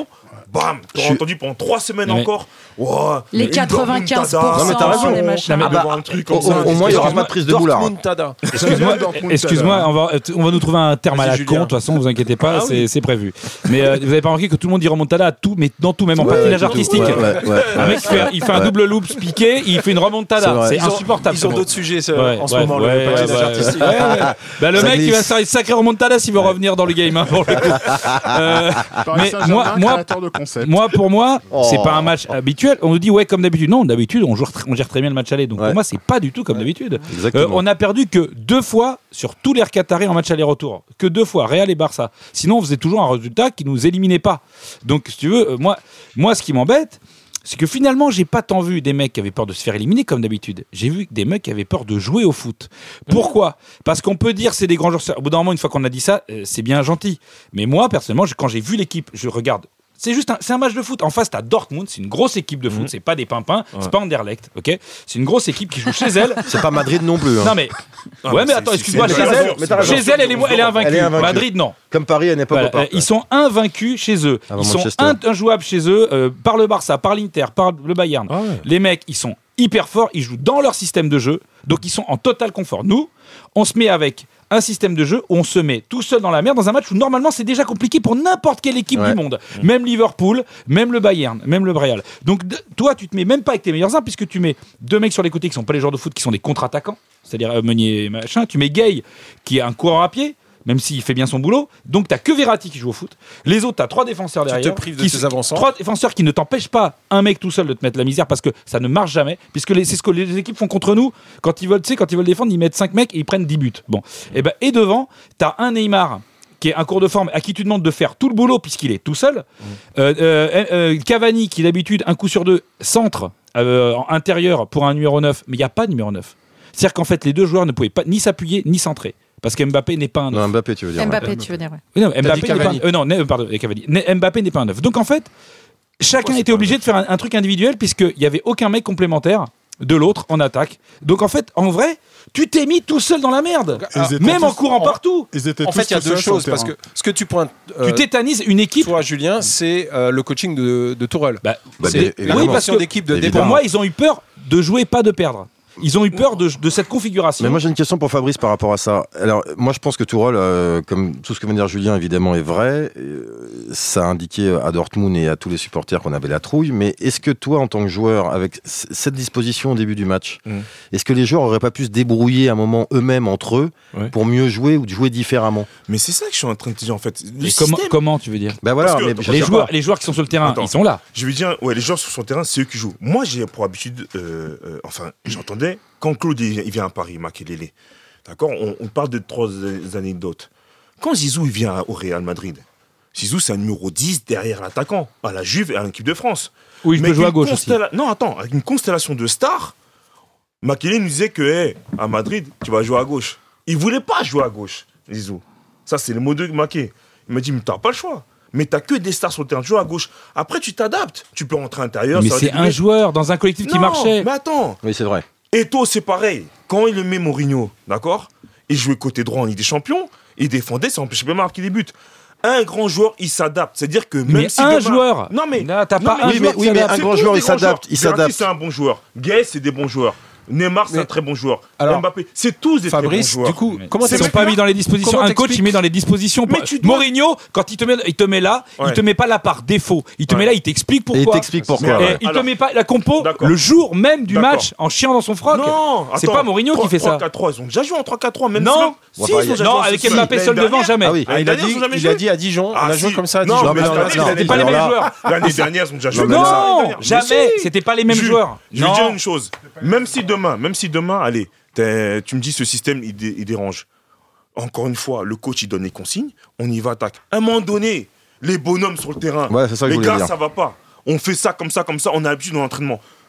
bam, t'auras Je- entendu pendant trois semaines Ouais. encore. Wow, Les une quatre-vingt-quinze pour Dortmund Non, mais t'as raison. des machins. Non, mais- Tada, un truc comme Au, ça. au- au moins, il n'y aura pas de prise de boulard. Dortmund Tada. Excuse-moi, Dortmund, excuse-moi, Tada. on va, on va nous trouver un terme à la Vas-y, con, de Julien. toute façon, vous inquiétez pas, Ah c'est, oui. c'est prévu. Mais euh, vous avez pas remarqué que tout le monde dit remontada à tout, mais dans tout, même en Ouais, patinage tout, tout. artistique. Ouais, ouais, ouais, Un ouais. mec, il fait, il fait un Ouais. double loop piqué, il fait une C'est remontada. vrai. C'est, Ils ont- insupportable. Ils ont ce d'autres sujets ce- Ouais, en ce ouais, moment, ouais, le patinage ouais, artistique. ouais, ouais. Bah, le Ça mec, il va glisse. faire une sacrée remontada s'il veut revenir dans le game, hein, pour le coup. Euh, Paris mais Saint-Germain, moi, moi, créateur de concept. moi, pour moi, Oh. c'est pas un match habituel. On nous dit, ouais, comme d'habitude. Non, d'habitude, on, joue, on gère très bien le match aller. Donc Ouais. pour moi, c'est pas du tout comme d'habitude. Exactement. Euh, on a perdu que deux fois sur tous les Qataris en match aller-retour. Que deux fois, Real et Barça. Sinon, on faisait toujours un résultat qui nous éliminait pas. Donc, si tu veux, euh, moi, moi, ce qui m'embête, c'est que finalement, j'ai pas tant vu des mecs qui avaient peur de se faire éliminer comme d'habitude. J'ai vu des mecs qui avaient peur de jouer au foot. Pourquoi ? Parce qu'on peut dire c'est des grands joueurs. Au bout d'un moment, une fois qu'on a dit ça, euh, c'est bien gentil. Mais moi, personnellement, je- quand j'ai vu l'équipe, je regarde. C'est juste un, c'est un match de foot. En face, t'as Dortmund, c'est une grosse équipe de foot. C'est pas des pimpins, c'est pas Anderlecht, ok ? C'est une grosse équipe qui joue chez elle. C'est pas Madrid non plus. hein. Non mais, Ah, ouais mais mais c'est- attends, c'est- excuse-moi, c'est chez une elle, valeur, c'est une chez valeur. elle, elle est, elle est invaincue. Elle est invaincue. Madrid, non. Comme Paris à une époque Voilà, au parc. euh, ils sont invaincus chez eux. Avant Ils sont Manchester. in- injouables chez eux euh, par le Barça, par l'Inter, par le Bayern. Ah ouais. Les mecs, ils sont hyper forts, ils jouent dans leur système de jeu, donc ils sont en total confort. Nous, on se met avec un système de jeu où on se met tout seul dans la merde dans un match où normalement c'est déjà compliqué pour n'importe quelle équipe Ouais. du monde. Même Liverpool, même le Bayern, même le Real. Donc d- toi, tu te mets même pas avec tes meilleurs armes puisque tu mets deux mecs sur les côtés qui sont pas les joueurs de foot, qui sont des contre-attaquants, c'est-à-dire euh, Meunier et machin. Tu mets Gay qui est un coureur à pied. Même s'il fait bien son boulot, donc t'as que Verratti qui joue au foot. Les autres, t'as trois défenseurs Tu te derrière. prives de qui tes s- avant-centres. Trois défenseurs qui ne t'empêchent pas un mec tout seul de te mettre la misère parce que ça ne marche jamais. Puisque les- c'est ce que les équipes font contre nous quand ils veulent, tu sais, quand ils veulent défendre, ils mettent cinq mecs et ils prennent dix buts. Bon, et ben et devant, t'as un Neymar qui est un cours de forme à qui tu demandes de faire tout le boulot puisqu'il est tout seul. Euh, euh, euh, Cavani qui d'habitude un coup sur deux centre euh, en intérieur pour un numéro neuf, mais il y a pas de numéro neuf. C'est-à-dire qu'en fait les deux joueurs ne pouvaient pas ni s'appuyer ni centrer. Parce que Mbappé n'est pas un neuf. Non, Mbappé, tu veux dire. ouais. Mbappé, tu veux dire, ouais. Oui, non, dit Mbappé n'est pas, Cavani. euh, non, ne- pardon, euh, Cavani. Ne- Mbappé n'est pas un neuf. Donc en fait, chacun était obligé de faire un, un truc individuel puisqu'il n'y avait aucun mec complémentaire de l'autre en attaque. Donc en fait, en vrai, tu t'es mis tout seul dans la merde. Ils étaient Même en tous- courant en- partout. Ils étaient En tous fait, il y a tout deux seuls sur le choses parce terrain. que ce que tu pointes. euh, Tu tétanises une équipe. Toi, Julien, c'est euh, le coaching de, de Tourelle. Bah, Bah, c'est bien, la évidemment. oui, parce notion que d'équipe de évidemment. départ. pour moi, ils ont eu peur de jouer, pas de perdre. Ils ont eu peur de, de cette configuration. Mais moi j'ai une question pour Fabrice par rapport à ça. Alors moi je pense que Tourelle, euh, comme tout ce que vient de dire Julien évidemment est vrai, euh, ça a indiqué à Dortmund et à tous les supporters qu'on avait la trouille, mais est-ce que toi en tant que joueur, avec c- cette disposition au début du match, Mm. est-ce que les joueurs auraient pas pu se débrouiller un moment eux-mêmes entre eux Ouais. pour mieux jouer ou de jouer différemment? Mais c'est ça que je suis en train de te dire en fait. Le Et comment, système- comment tu veux dire Ben voilà, Parce que- mais parce je les sais joueurs, pas. les joueurs qui sont sur le terrain, Attends. ils sont là. Je veux dire, ouais, les joueurs sur son terrain, c'est eux qui jouent. Moi, j'ai pour habitude, euh, euh, enfin, j'entendais, quand Claude il il vient à Paris, Makelele, d'accord, on, on parle de trois anecdotes. Quand Zizou il vient au Real Madrid, Zizou c'est un numéro dix derrière l'attaquant, à la Juve et à l'équipe de France. Oui, je Mais peux jouer à une gauche aussi. constella- Non, attends, avec une constellation de stars, Makelele nous disait que, hey, à Madrid, tu vas jouer à gauche. Il voulait pas jouer à gauche, Zizou. Ça, c'est le mot de Maké. Il m'a dit, mais t'as pas le choix. Mais t'as que des stars sur le terrain, tu joues à gauche. Après, tu t'adaptes. Tu peux rentrer à l'intérieur. Mais ça va c'est débuter. un joueur dans un collectif qui Non, marchait. Mais attends, Oui c'est vrai. Eto'o, c'est pareil. Quand il met Mourinho, d'accord, il jouait côté droit en Ligue des Champions, il défendait, ça empêchait pas de marquer des buts. Un grand joueur, il s'adapte. C'est-à-dire que même Mais si un demain- joueur. Non mais Là, t'as non, pas mais- un Oui, joueur mais, qui oui, mais s'adapte. un c'est grand tous joueur des il grands s'adapte, joueurs. il Verratti, s'adapte. c'est un bon joueur. Gay, c'est des bons joueurs. Neymar, c'est Mais- un très bon joueur. Alors, Mbappé, c'est tous des très bons Fabrice, joueurs. du coup, Mais comment ils sont t'expliques- pas mis dans les dispositions. comment Un coach, t'expliques- il met dans les dispositions. Mais pour- tu dois- Mourinho, quand il te met, il te met là, il Ouais. te met pas là par défaut. Il te Ouais. met là, il t'explique Et il pourquoi. t'explique pourquoi. Mais, Et ouais. il te Alors- met pas la compo D'accord. le jour même du D'accord. match en chiant dans son froc. Non, c'est attends, pas Mourinho qui fait ça. trois quatre trois, ils ont déjà joué en trois quatre trois, même Non. si même- Ouais, si, bah, ils ont il y a- déjà Non, joué en avec six- Mbappé l'année seul devant, dernière. jamais. Ah oui. Ah, il a L'année dit, dernière, ils ont jamais il a joué. dit à Dijon, on Ah, a joué si. comme ça à Non, Dijon. mais Non, cette non, année, non, c'était pas les alors mêmes là- joueurs. L'année dernière, ils ont déjà joué. mais comme ça, non. l'année dernière. Jamais, Mais si. c'était pas les mêmes Je- joueurs. Je vais Non. dire une chose. Même si demain, même si demain, allez, t'es- tu me dis ce système, il, dé- il dérange. Encore une fois, le coach, il donne les consignes, on y va, attaque. À un moment donné, les bonhommes sur le terrain, Ouais, c'est ça que je les voulais gars, dire. ça va pas. On fait ça comme ça, comme ça, on a l'habitude dans l'entraînement.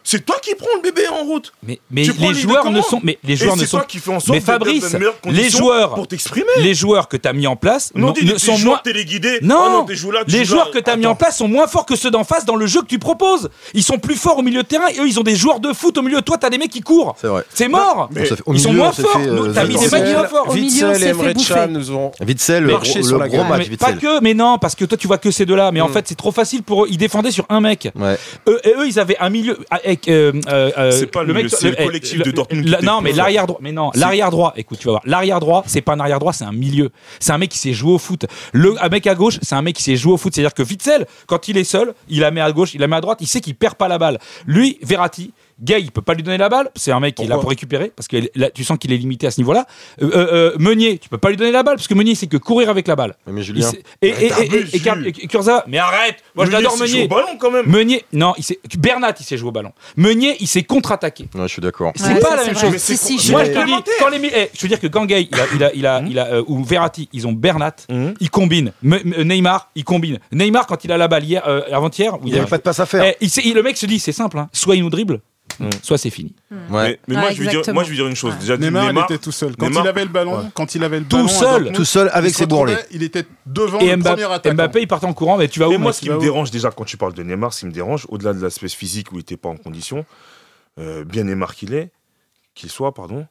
C'est toi qui prends le bébé en route. Mais, mais Tu prends les l'idée joueurs comment ne sont. Mais les joueurs Et ne c'est sont. toi qui fais en sorte Mais d'être dans Fabrice, de meilleures les conditions joueurs, pour t'exprimer. les joueurs que tu as mis en place Non, non- dis, ne tes sont joueurs moins. téléguidés. Non, Ah non, t'es joué là, tu les joues joueurs là. que tu as mis en Attends. place sont moins forts que ceux d'en face dans le jeu que tu proposes. Ils sont plus forts au milieu de terrain et eux, ils ont des joueurs de foot au milieu. Toi, tu as des mecs qui courent. C'est vrai. C'est mort. Mais On s'est fait- au Ils sont milieu, moins on s'est forts. fait, euh, Nous, T'as mis des Witzel, mecs moins forts. Au milieu, on Witzel s'est et fait Emre bouffer. Can nous ont Witzel, le, marché gros- sur le la gros gueule. match, Mais pas Witzel. que, mais non, parce que toi tu vois que ces deux-là. Mais en Mm. fait, c'est trop facile pour eux. Ils défendaient sur un mec. Ouais. Eux, et eux, ils avaient un milieu avec. euh, euh, euh, C'est pas le milieu, c'est le eh, collectif le- de Dortmund la- qui Non, était mais plus l'arrière droit. Mais non, l'arrière droit. Écoute, tu vas voir. L'arrière droit, c'est pas un arrière droit, c'est un milieu. C'est un mec qui sait jouer au foot. Le un mec à gauche, c'est un mec qui sait jouer au foot. C'est-à-dire que Witzel, quand il est seul, il la met à gauche, il la met à droite. Il sait qu'il perd pas la balle. Lui, Verratti. Gay, il peut pas lui donner la balle, c'est un mec qui est là Pourquoi pour récupérer, parce que là, tu sens qu'il est limité à ce niveau-là. Euh, euh, euh, Meunier, tu peux pas lui donner la balle, parce que Meunier, c'est que courir avec la balle. Mais Il Julien, sait- Et, et, et, t'abuses, et, et, Car- Jules. et Kurzawa, mais arrête, moi je Meunier, l'adore c'est jouer Meunier. au ballon quand même. Meunier, non, il sait, Bernat, il sait jouer au ballon. Meunier, il sait contre-attaquer. ouais, je suis d'accord. C'est Ouais, pas ça, la c'est même vrai. chose. Si, si, je Moi, suis je te dis, d'accord. quand les mi- eh, je veux dire que quand Gay, il a, il a, il a, il a, euh, ou Verratti, ils ont Bernat, Mhm. ils combinent. Me- me- Neymar, il combine. Neymar, quand il a la balle hier, euh, avant-hier, où Il n'y avait pas de passe à faire. eh, il sait- il- le mec se dit, c'est simple, hein, soit il nous dribble, Mhm. soit c'est fini. Ouais. Mais, mais Ouais, moi, je veux dire, exactement. moi, je veux dire une chose. Ouais. Déjà, du Neymar, Neymar, il était tout seul. Quand Neymar- il avait le ballon, Ouais. quand il avait le Tout ballon, à seul. Dortmund, Tout seul avec il se ses bourrelets. retrouvait, Il était devant Et le Mbappé, premier attaquant. Mbappé, il partait en courant, mais tu vas où Mais moi, mec ce qui va me où dérange déjà quand tu parles de Neymar, ce qui me dérange, au-delà de l'aspect physique où il n'était pas en condition, euh, bien Neymar qu'il est, qu'il soit, pardon,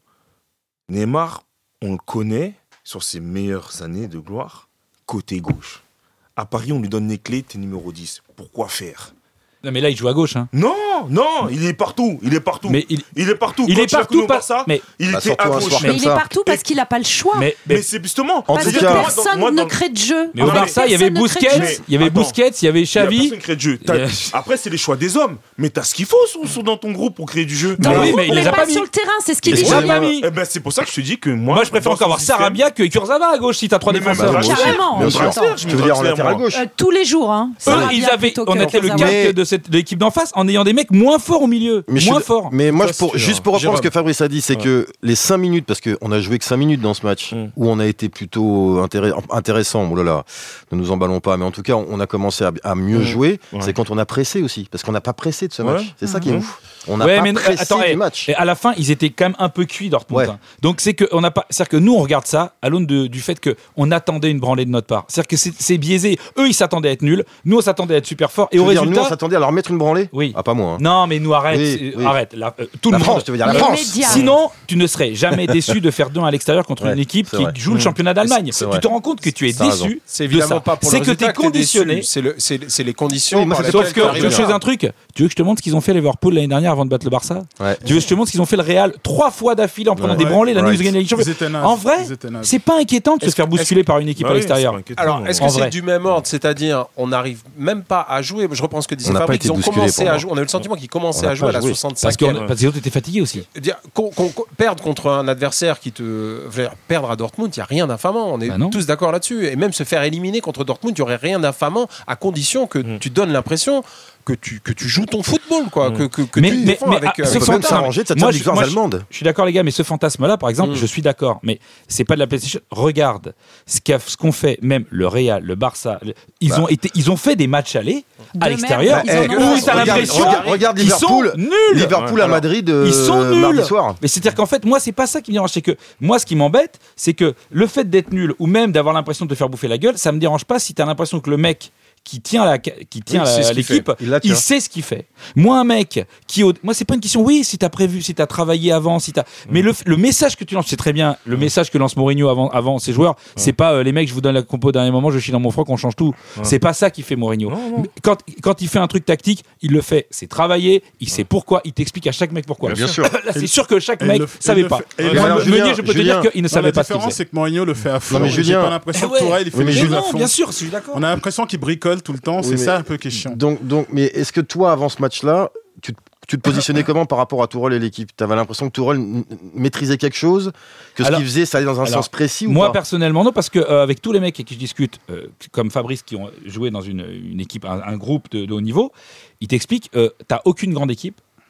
Neymar, on le connaît sur ses meilleures années de gloire, côté gauche. À Paris, on lui donne les clés, t'es numéro dix. Pourquoi faire? Non, mais là, il joue à gauche. Hein. Non, non, il est partout, il est partout. Mais il, Il est partout. il Quand est il a partout. connu au Pas, Barça, mais, il Bah, était surtout à un gauche. soir Mais comme il est ça. partout parce qu'il n'a pas le choix. mais, Mais mais, c'est justement. En Parce tout que cas- personne moi, ne dans- crée de jeu. mais au Non, mais Barça, il y avait personne ne crée de Busquets, jeu. il y avait Attends. Busquets, il y avait Il y a Xavi. personne qui crée de jeu. T'as- Il y a- Après, c'est les choix des hommes. Mais t'as ce qu'il faut sur- sur- dans ton groupe pour créer du jeu. Dans Mais le oui, groupe, mais il mais les a pas pas mis. sur le terrain, c'est ce qu'il Et dit. Il les a c'est- pas mis. Eh ben, c'est pour ça que je te dis que moi. Moi, je préfère dans encore son avoir système- Sarabia que Kurzawa à gauche si t'as trois Mais même défenseurs. Draxler. Carrément. Bien Mais sûr. attends. Tu veux dire en latéral gauche. Euh, tous les jours, hein. Eux, Sarabia ils avaient, plutôt que on était le Kurzawa. calque Mais- de, cette, de l'équipe d'en face en ayant des mecs moins forts au milieu. Mais, je suis moins d- forts. mais moi, Ça, je pour- c'est sûr. juste pour reprendre ce Jérôme. que Fabrice a dit, c'est Ouais. que les cinq minutes, parce qu'on a joué que cinq minutes dans ce match, Mm. où on a été plutôt intéré- intéressant, oh là là, ne nous emballons pas, mais en tout cas, on a commencé à, à mieux Mm. jouer, Ouais. c'est quand on a pressé aussi, parce qu'on n'a pas pressé de ce Ouais. match. C'est ça qui est Mm. ouf. On n'a Ouais, pas mais pressé attends, du eh, match. Et à la fin, ils étaient quand même un peu cuits Dortmund. Ouais. hein. Donc c'est que on n'a pas, c'est-à-dire que nous on regarde ça à l'aune de- du fait que on attendait une branlée de notre part. C'est-à-dire que c'est, c'est biaisé. Eux ils s'attendaient à être nuls, nous on s'attendait à être super forts et Tu au veux dire, nous, résultat. on s'attendait à leur mettre une branlée. Oui. Ah, pas moi. hein. Non mais nous arrête, Oui, euh, oui. arrête. La- euh, tout La le France, monde. tu veux dire la Les France. médias. Sinon, tu ne serais jamais déçu de faire deux à l'extérieur contre Ouais, une équipe c'est qui vrai. joue le Mmh. championnat d'Allemagne. C'est Tu vrai. te rends compte que tu es T'as raison. déçu. C'est de évidemment ça. pas pour C'est le que résultat t'es que t'es déçu, conditionné. C'est le- c'est c'est les conditions. Oui, moi, par c'est Sauf lesquelles que tu tu arrives veux que je te à- dise un truc. Tu veux que je te montre ce qu'ils ont fait Liverpool l'année dernière avant de battre le Barça. Ouais. Tu veux que je te montre ce qu'ils ont fait le Real trois fois d'affilée en prenant Ouais. des branlées l'année où ils Right. gagnaient la Ligue des Ils Champions. étaient nazes. En vrai, Ils étaient nazes. c'est pas inquiétant de se Est-ce faire que- bousculer par une équipe Bah à oui, l'extérieur. c'est pas inquiétant. Alors, est-ce En que c'est vrai. du même ordre? C'est-à-dire, on n'arrive même pas à jouer. Je reprends ce que disait On n'a pas Fabrice. été Ils ont bousculés commencé pour à moi. jouer. On a eu le sentiment qu'ils On commençaient n'a à jouer pas à la joué. Parce soixante-cinquième. que parce que les autres étaient fatigués aussi. Dire, qu'on- qu'on- qu'on- perdre contre un adversaire qui te. je veux dire, Perdre à Dortmund, il n'y a rien d'infamant. On est Bah non. tous d'accord là-dessus. Et même se faire éliminer contre Dortmund, il n'y aurait rien d'infamant à condition que Mm. tu donnes l'impression que tu, que tu joues ton football, quoi. Mm. Que, que, que Mais- tu mais- défends mais, avec. ah, euh, ce On avec peut même fantasme- s'arranger de cette Moi, je- victoire moi, je- allemande. Je suis d'accord les gars, mais ce fantasme-là, par exemple, Mm. je suis d'accord, mais c'est pas de la PlayStation. Regarde ce qu'a- ce qu'ont fait même le Real, le Barça. le- Ils Bah. ont été, ils ont fait des matchs allés De à l'extérieur merde, ils en Eh, ont où fait. t'as regarde, l'impression regarde, regarde qu'ils sont Liverpool. nuls. Liverpool Ouais, à alors, Madrid euh, ils sont nuls. mardi soir. Mais c'est-à-dire qu'en fait, moi, c'est pas ça qui me dérange. C'est que moi, ce qui m'embête, c'est que le fait d'être nul ou même d'avoir l'impression de te faire bouffer la gueule, ça me dérange pas si t'as l'impression que le mec qui tient la qui tient Oui, la- c'est ce qu'il l'équipe, fait. Il la il, tient. sait ce qu'il fait. Moi, un mec qui, au- moi, c'est pas une question. Oui, si t'as prévu, si t'as travaillé avant, si t'as. Mais le, le message que tu lances, c'est très bien. Le message que lance Mourinho avant, avant ses joueurs, c'est pas euh, les mecs, je vous donne la compo au dernier moment, je chie dans mon froc, on change tout. C'est pas ça qui fait Mourinho. Non, non. Mais Quand, quand il fait un truc tactique, il le fait. C'est travaillé. Il sait pourquoi. Il t'explique à chaque mec pourquoi. Bien sûr. Là, c'est sûr que chaque Et mec le- et savait le pas. fait- et Moi, alors, Meunier, Julien, je peux te Julien, dire qu'il ne Non, savait la pas ce qu'il différence, faisait. c'est que Mourinho le fait à fond. mais et J'ai Julien- pas l'impression Eh ouais. que Tourelle, il fait Oui, mais des choses Julien- à fond. bien sûr, je suis d'accord. On a l'impression qu'il bricole tout le temps. Oui, C'est mais- ça un peu qui est chiant. Donc, donc, mais est-ce que toi, avant ce match-là, tu, te- tu te positionnais comment par rapport à Tourelle et l'équipe? Tu avais l'impression que Tourelle n- maîtrisait quelque chose, que ce Alors- qu'il faisait, ça allait dans un alors, sens précis ou Moi pas? personnellement non, parce que euh, avec tous les mecs avec qui je discute, euh, comme Fabrice qui ont joué dans une, une équipe, un, un groupe de, de haut niveau, ils t'expliquent, euh, t'as aucune grande équipe,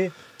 gagner.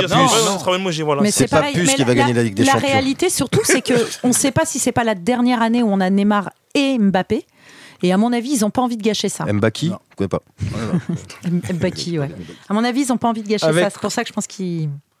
dire ça. plus. Ouais, on travaille le mot G, voilà. Mais C'est c'est pas pareil. Puce Mais qui va gagner la Ligue des la Champions. réalité, surtout, c'est que on ne sait pas si c'est pas la dernière année où on a Neymar et Mbappé. Et à mon avis, ils n'ont pas envie de gâcher ça. Mbaki, je connais pas. Mbappé, ouais. À mon avis, ils n'ont pas envie de gâcher Avec- ça. C'est pour ça que je pense qu'ils.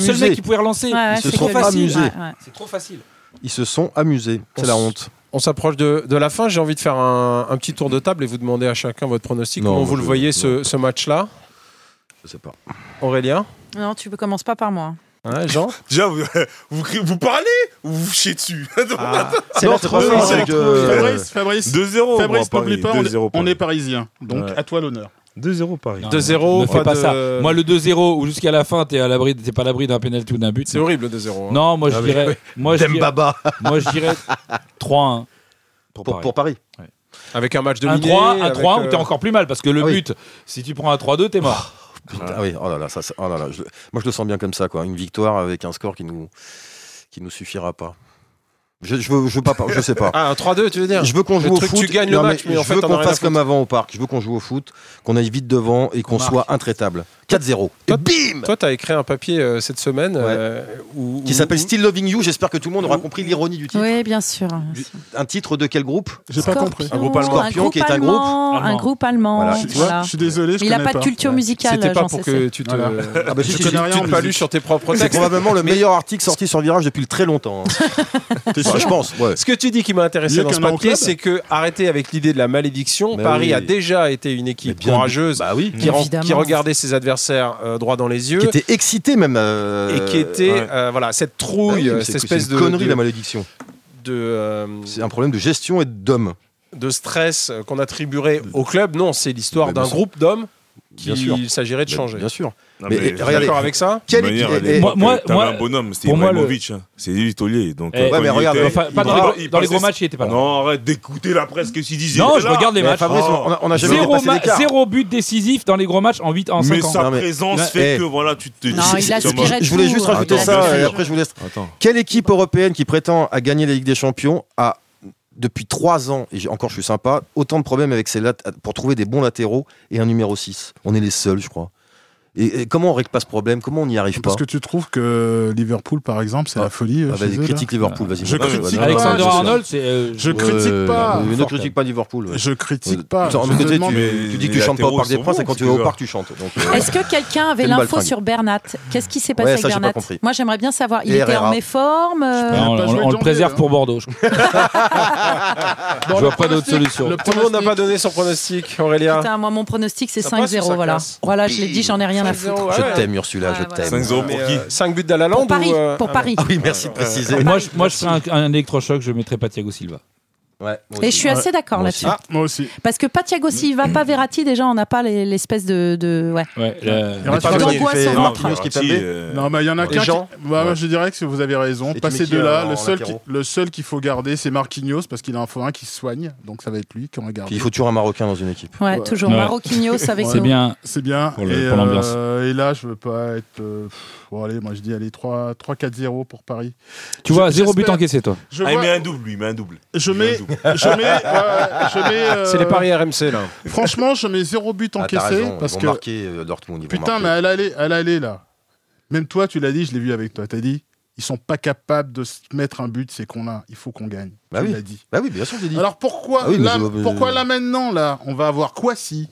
seul amusés. mec qui pouvait relancer. Ouais, ouais, Ils se c'est sont cool. amusés. Ouais, ouais. C'est trop facile. Ils se sont amusés. C'est On la s- honte. On s'approche de, de la fin. J'ai envie de faire un, un petit tour de table et vous demander à chacun votre pronostic. Non, Comment moi, vous le je- voyez non. ce, ce match-là? Je sais pas. Aurélien? Non, tu commences pas par moi. Ouais, Jean Déjà, vous, vous, vous parlez ou vous vous chiez dessus? Ah, C'est la trop Fabrice, avec, euh, Fabrice, Fabrice, deux zéro. Fabrice, moi, n'oublie Paris. pas, on deux est, zéro, on Paris. est parisien. Donc, Ouais. à toi l'honneur. deux zéro Paris. deux zéro, Ne fais pas de- ça. Moi, le deux zéro ou jusqu'à la fin, t'es à l'abri, t'es pas à l'abri d'un penalty ou d'un but. C'est horrible le deux zéro. hein. Non, moi je Ah, mais dirais, oui. moi je dirais, Dembaba moi je dirais trois un pour pour, Paris. pour Paris. Avec un match de Un miné, trois un, un avec, trois un euh, où t'es encore plus mal parce que le ah oui. but, si tu prends un trois deux, t'es mort. Putain, ah oui, oh là là, ça, ça- oh là là, je- moi je le sens bien comme ça, quoi. Une victoire avec un score qui nous, qui nous suffira pas. Je, je veux, je veux pas, je sais pas. Ah, un trois deux, tu veux dire Je veux qu'on Le joue au truc, foot. tu gagnes le Non, match, mais en je fait, veux t'en as qu'on rien à fasse comme foutre. avant au parc. Je veux qu'on joue au foot, qu'on aille vite devant et qu'on marque. soit intraitable. quatre zéro. Et Toi- bim Toi, tu as écrit un papier euh, cette semaine Ouais. euh, où, Qui où- s'appelle où- Still Loving You. J'espère que tout le monde aura compris l'ironie du titre. Oui, bien sûr. Un titre de quel groupe? J'ai pas Scorpion, compris. Un groupe allemand. Scorpion, qui est un groupe allemand, un allemand. groupe allemand. Voilà. Je, tu vois, Voilà. je suis désolé, je Il n'a connais pas de culture Ouais. musicale. C'était pas Jean pour Cessé. que tu te, Voilà. Ah bah si, Je si, connais si, rien tu en te paluches musique. sur tes propres C'est textes. probablement le Mais- meilleur article sorti sur Virage depuis très longtemps. hein. T'es Ouais, sûr je pense. Ouais. Ce que tu dis qui m'a intéressé Mieux dans qu'un ce an au papier, club. c'est que arrêtez avec l'idée de la malédiction. Mais Paris oui. a déjà été une Mais équipe bien- courageuse Bah oui. qui, ren- Évidemment. qui regardait ses adversaires euh, droit dans les yeux Qui était excité même. euh, et qui était ouais. euh, voilà cette bah trouille, oui, euh, c'est- cette c'est espèce une de connerie de, la malédiction. de, euh, C'est un problème de gestion et d'homme. de stress euh, qu'on attribuerait au club. Non, c'est l'histoire Mais d'un bien sûr. groupe d'hommes Bien sûr. qu'il s'agirait de Bien- changer. Bien sûr. Non, Mais, mais, eh, Tu es regardez, d'accord avec ça? de Quelle toute manière, équipe- à eh, l'époque, moi- t'avais moi- un bonhomme, c'était pour moi, le- Ibrahimovic. hein. C'est lui, Taulier. Donc, Eh, euh, ouais, quand mais il regarde, était- Enfin, pas il dans les bra- gros- il dans les passait- gros matchs, il était pas là. Non, arrête d'écouter la presse que s'il disait. Non, il était je là. regarde les Mais matchs. Fabrice, Oh. on a- on a jamais Zéro, dépassé ma- l'écart. zéro but décisif dans les gros matchs en huit en Mais cinq ans. sa Non, mais- présence Non, fait eh. que voilà, tu te. Non, c'est- il c'est- aspirait Je voulais juste tout. rajouter Attends, ça bien et sûr. après je vous laisse. Attends. Quelle équipe européenne qui prétend à gagner la Ligue des Champions a, depuis trois ans, et j'ai- encore je suis sympa, autant de problèmes avec ses lat- pour trouver des bons latéraux et un numéro six? On est les seuls, je crois. Et, et comment on règle pas ce problème? Comment on n'y arrive pas? Parce que tu trouves que Liverpool, par exemple, c'est Ah. la folie. euh, Ah, chez vas-y, eux, là. critique Liverpool, vas-y. Je Ouais, critique vas-y. pas, Alexander je suis- Arnold, c'est. euh, Je Ouais, critique pas. mais ne critique pas Liverpool. ouais. Je critique Ouais. pas. Attends, Je de me côté, demande- tu, Mais tu dis que les tu chantes pas au latéraux Parc des sont Princes et bons, quand c'est tu vas au bizarre. parc, tu chantes. Donc, euh, Est-ce que quelqu'un avait Fais une l'info baltringue. sur Bernat? Qu'est-ce qui s'est passé Ouais, avec ça, j'ai pas Bernat? compris. Moi, j'aimerais bien savoir. Il Et était en Herrera. méforme. euh, Il a on, pas on- joué on le de préserve janvier, pour Bordeaux. je je vois pas d'autre solution. Le Tout le monde n'a pas donné son pronostic, Aurélia. Putain, moi, mon pronostic, c'est Ça cinq passe ou zéro. ça Voilà. casse Voilà, je l'ai dit, j'en ai rien à cinq zéro, foutre. ouais, Je ouais. t'aime, Ursula, Ouais, je voilà. t'aime. cinq zéro Mais, pour qui? euh, cinq buts d'Alaland Pour Paris. ou, euh, Pour ah, Paris. Ah oui, merci de préciser. Et moi, je, moi, je ferais un, un électrochoc, je mettrais pas Thiago Silva. Ouais, moi Et je aussi. suis assez d'accord Moi là-dessus. aussi. Ah, moi aussi. Parce que pas Thiago Silva, pas Verratti, déjà, on n'a pas les- l'espèce de, de. Ouais. Ouais, Il le- reste pas pas besoin, d'angoisse tu fais au ventre. Marquinhos qui est Verratti, tombé. euh, Non, mais il y en a Les qu'un. gens qui- Bah, moi, je dirais que vous avez raison. Et tu Passer mets qui, de là, euh, le en seul, qui- latéraux le seul qu'il faut garder, c'est Marquinhos, parce qu'il en faut un qui se soigne. Donc, ça va être lui qu'on va garder. Puis il faut toujours un Marocain dans une équipe. Ouais, Ouais. toujours. Ouais. Marquinhos avec c'est nous. bien. C'est bien. Pour le- et, pour l'ambiance. euh, et là, je veux pas être. euh, pff, bon, allez, moi, je dis, allez, trois quatre zéro pour Paris. Tu vois, Je- zéro but j'espère- encaissé, toi. Je, Ah, il vois- met un double, lui, il met un double. je Il met mets. un double. Je mets. ouais, je mets euh, C'est les paris R M C là. Franchement, je mets zéro but Ah, t'as encaissé. raison, parce ils vont que. marquer euh, Dortmund. ils vont Putain, mais marquer. elle allait, elle allait là. Même toi, tu l'as dit, je l'ai vu avec toi. T'as dit, ils sont pas capables de se mettre un but, c'est qu'on a. Il faut qu'on gagne. Bah tu oui. l'as dit. Bah oui, bien sûr, je l'ai dit. Alors pourquoi, Ah oui, mais là, je vois- pourquoi là maintenant là, on va avoir Kwasi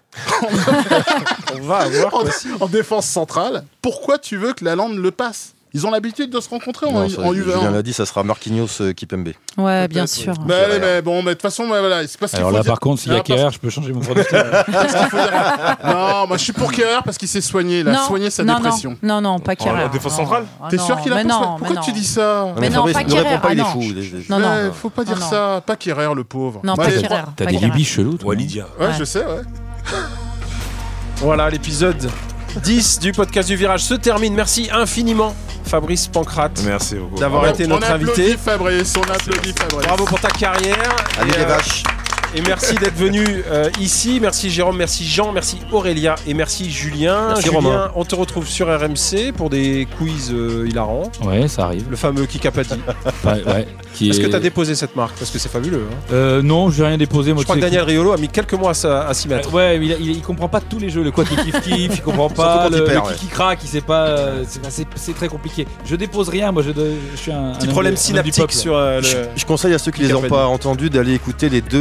On va avoir en, quoi. en défense centrale? Pourquoi tu veux que la Lande le passe? Ils ont l'habitude de se rencontrer en, Non, ça, en U V un. Julien l'a dit, ça sera Marquinhos euh, Kipembe. Ouais, bien Peut-être, sûr. ouais. Mais, allez, mais bon, mais de toute façon, mais voilà, c'est pas ce qu'il Alors faut là, dire. par contre, s'il y a Ah, parce- Kerrer, je peux changer mon pronostic. parce qu'il faut dire- Non, moi je suis pour Kerrer parce qu'il s'est soigné, il a Non, soigné sa non, dépression. Non, non, non, pas Kerrer. en défense Non. centrale Ah T'es non, sûr qu'il a mais pas non, ça mais Pourquoi non. tu dis ça? Mais non, Fabrice, pas ne réponds Kerrer, pas, il est ah fou. non. il est- Non, Ouais, non. faut pas Non, dire non. ça, pas Kerrer le pauvre. Non, Bah, pas allez, Kerrer. T'as pas des Kerrer. lubies chelous, toi. Walidia. Ouais, Ouais. je sais, ouais. Voilà, l'épisode dix du podcast du Virage se termine. Merci infiniment, Fabrice Pancrate, Merci beaucoup. d'avoir On- été notre on applaudit invité. Fabrice, on applaudit Fabrice. Bravo pour ta carrière. Allez, Et, les euh, vaches. Et merci d'être venu euh, ici. Merci Jérôme, merci Jean, merci Aurélia et merci Julien. Merci Julien, Romain. on te retrouve sur R M C pour des quiz euh, hilarants. Ouais, ça arrive. Le fameux Kikapati. Ouais, ouais. Qui Est-ce est- que tu as déposé cette marque? Parce que c'est fabuleux. hein. Euh, non, j'ai rien déposé. Moi, Je crois tu que sais Daniel Riolo a mis quelques mois à, sa- à s'y mettre. Euh, ouais, mais il, a- il, il comprend pas tous les jeux, le quoi qui kiff kiff, il comprend pas Surtout quand le, il perd, le ouais. qui craque, il sait pas, euh, c'est, enfin, c'est, c'est très compliqué. Je dépose rien, moi je, je suis un Petit un problème homme de- un homme du synaptique peuple. sur euh, Je, le. je conseille à ceux qui les ont Kikapedi. pas entendus d'aller écouter les deux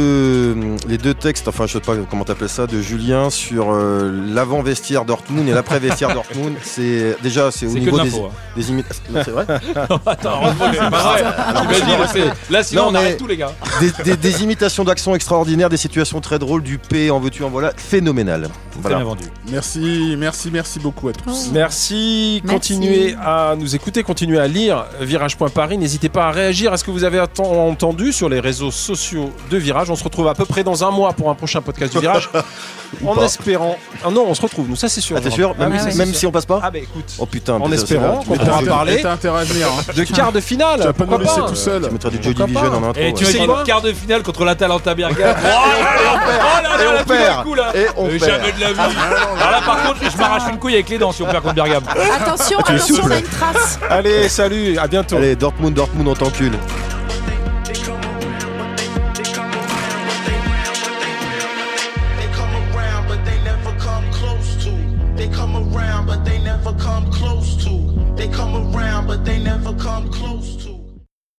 deux, les deux textes, enfin je sais pas comment t'appelles ça, de Julien sur euh, l'avant vestiaire Dortmund et l'après vestiaire Dortmund. C'est déjà c'est au C'est niveau que de des, l'info, hein. des imitations. C'est vrai. Attends, heureusement que c'est pas vrai. Imagine, c'est- Là, sinon, Non, on mais- arrête tout, les gars. Des, des- des imitations d'actions extraordinaires, des situations très drôles, du P, en veux-tu, en voilà, phénoménal. Très Voilà. bien vendu. Merci, merci, merci beaucoup à tous. Merci. Merci. Continuez à nous écouter, continuez à lire Virage point Paris. N'hésitez pas à réagir à ce que vous avez atten- entendu sur les réseaux sociaux de Virage. On se retrouve à peu près dans un mois pour un prochain podcast du Virage. Ou en pas. espérant. Ah non, on se retrouve, nous, ça c'est sûr. Ah, t'es sûr Ah Même, oui, ça, c'est même sûr. si on passe pas Ah bah écoute. Oh putain. En putain, espérant c'est qu'on vrai. pourra t'as parler t'as intérêt à venir. Hein. de quart de finale. Tu vas pas nous Pourquoi laisser pas tout seul. Tu mettras du Joy Pourquoi Division pas en intro. Et ouais. tu sais imagines quoi une quart de finale contre l'Atalanta Bergame. Oh là là, Et on là, tout d'un perd. coup, là. Et on Euh, perd. Jamais de la vie. Alors là, par contre, je m'arrache une couille avec les dents si on perd contre Bergame. Attention, Tu es attention, souple. on a une trace. Allez, salut, à bientôt. Allez, Dortmund, Dortmund, on t'encule. They come around, but they never come close to. They come around, but they never come close to. They come around, but they never come close to.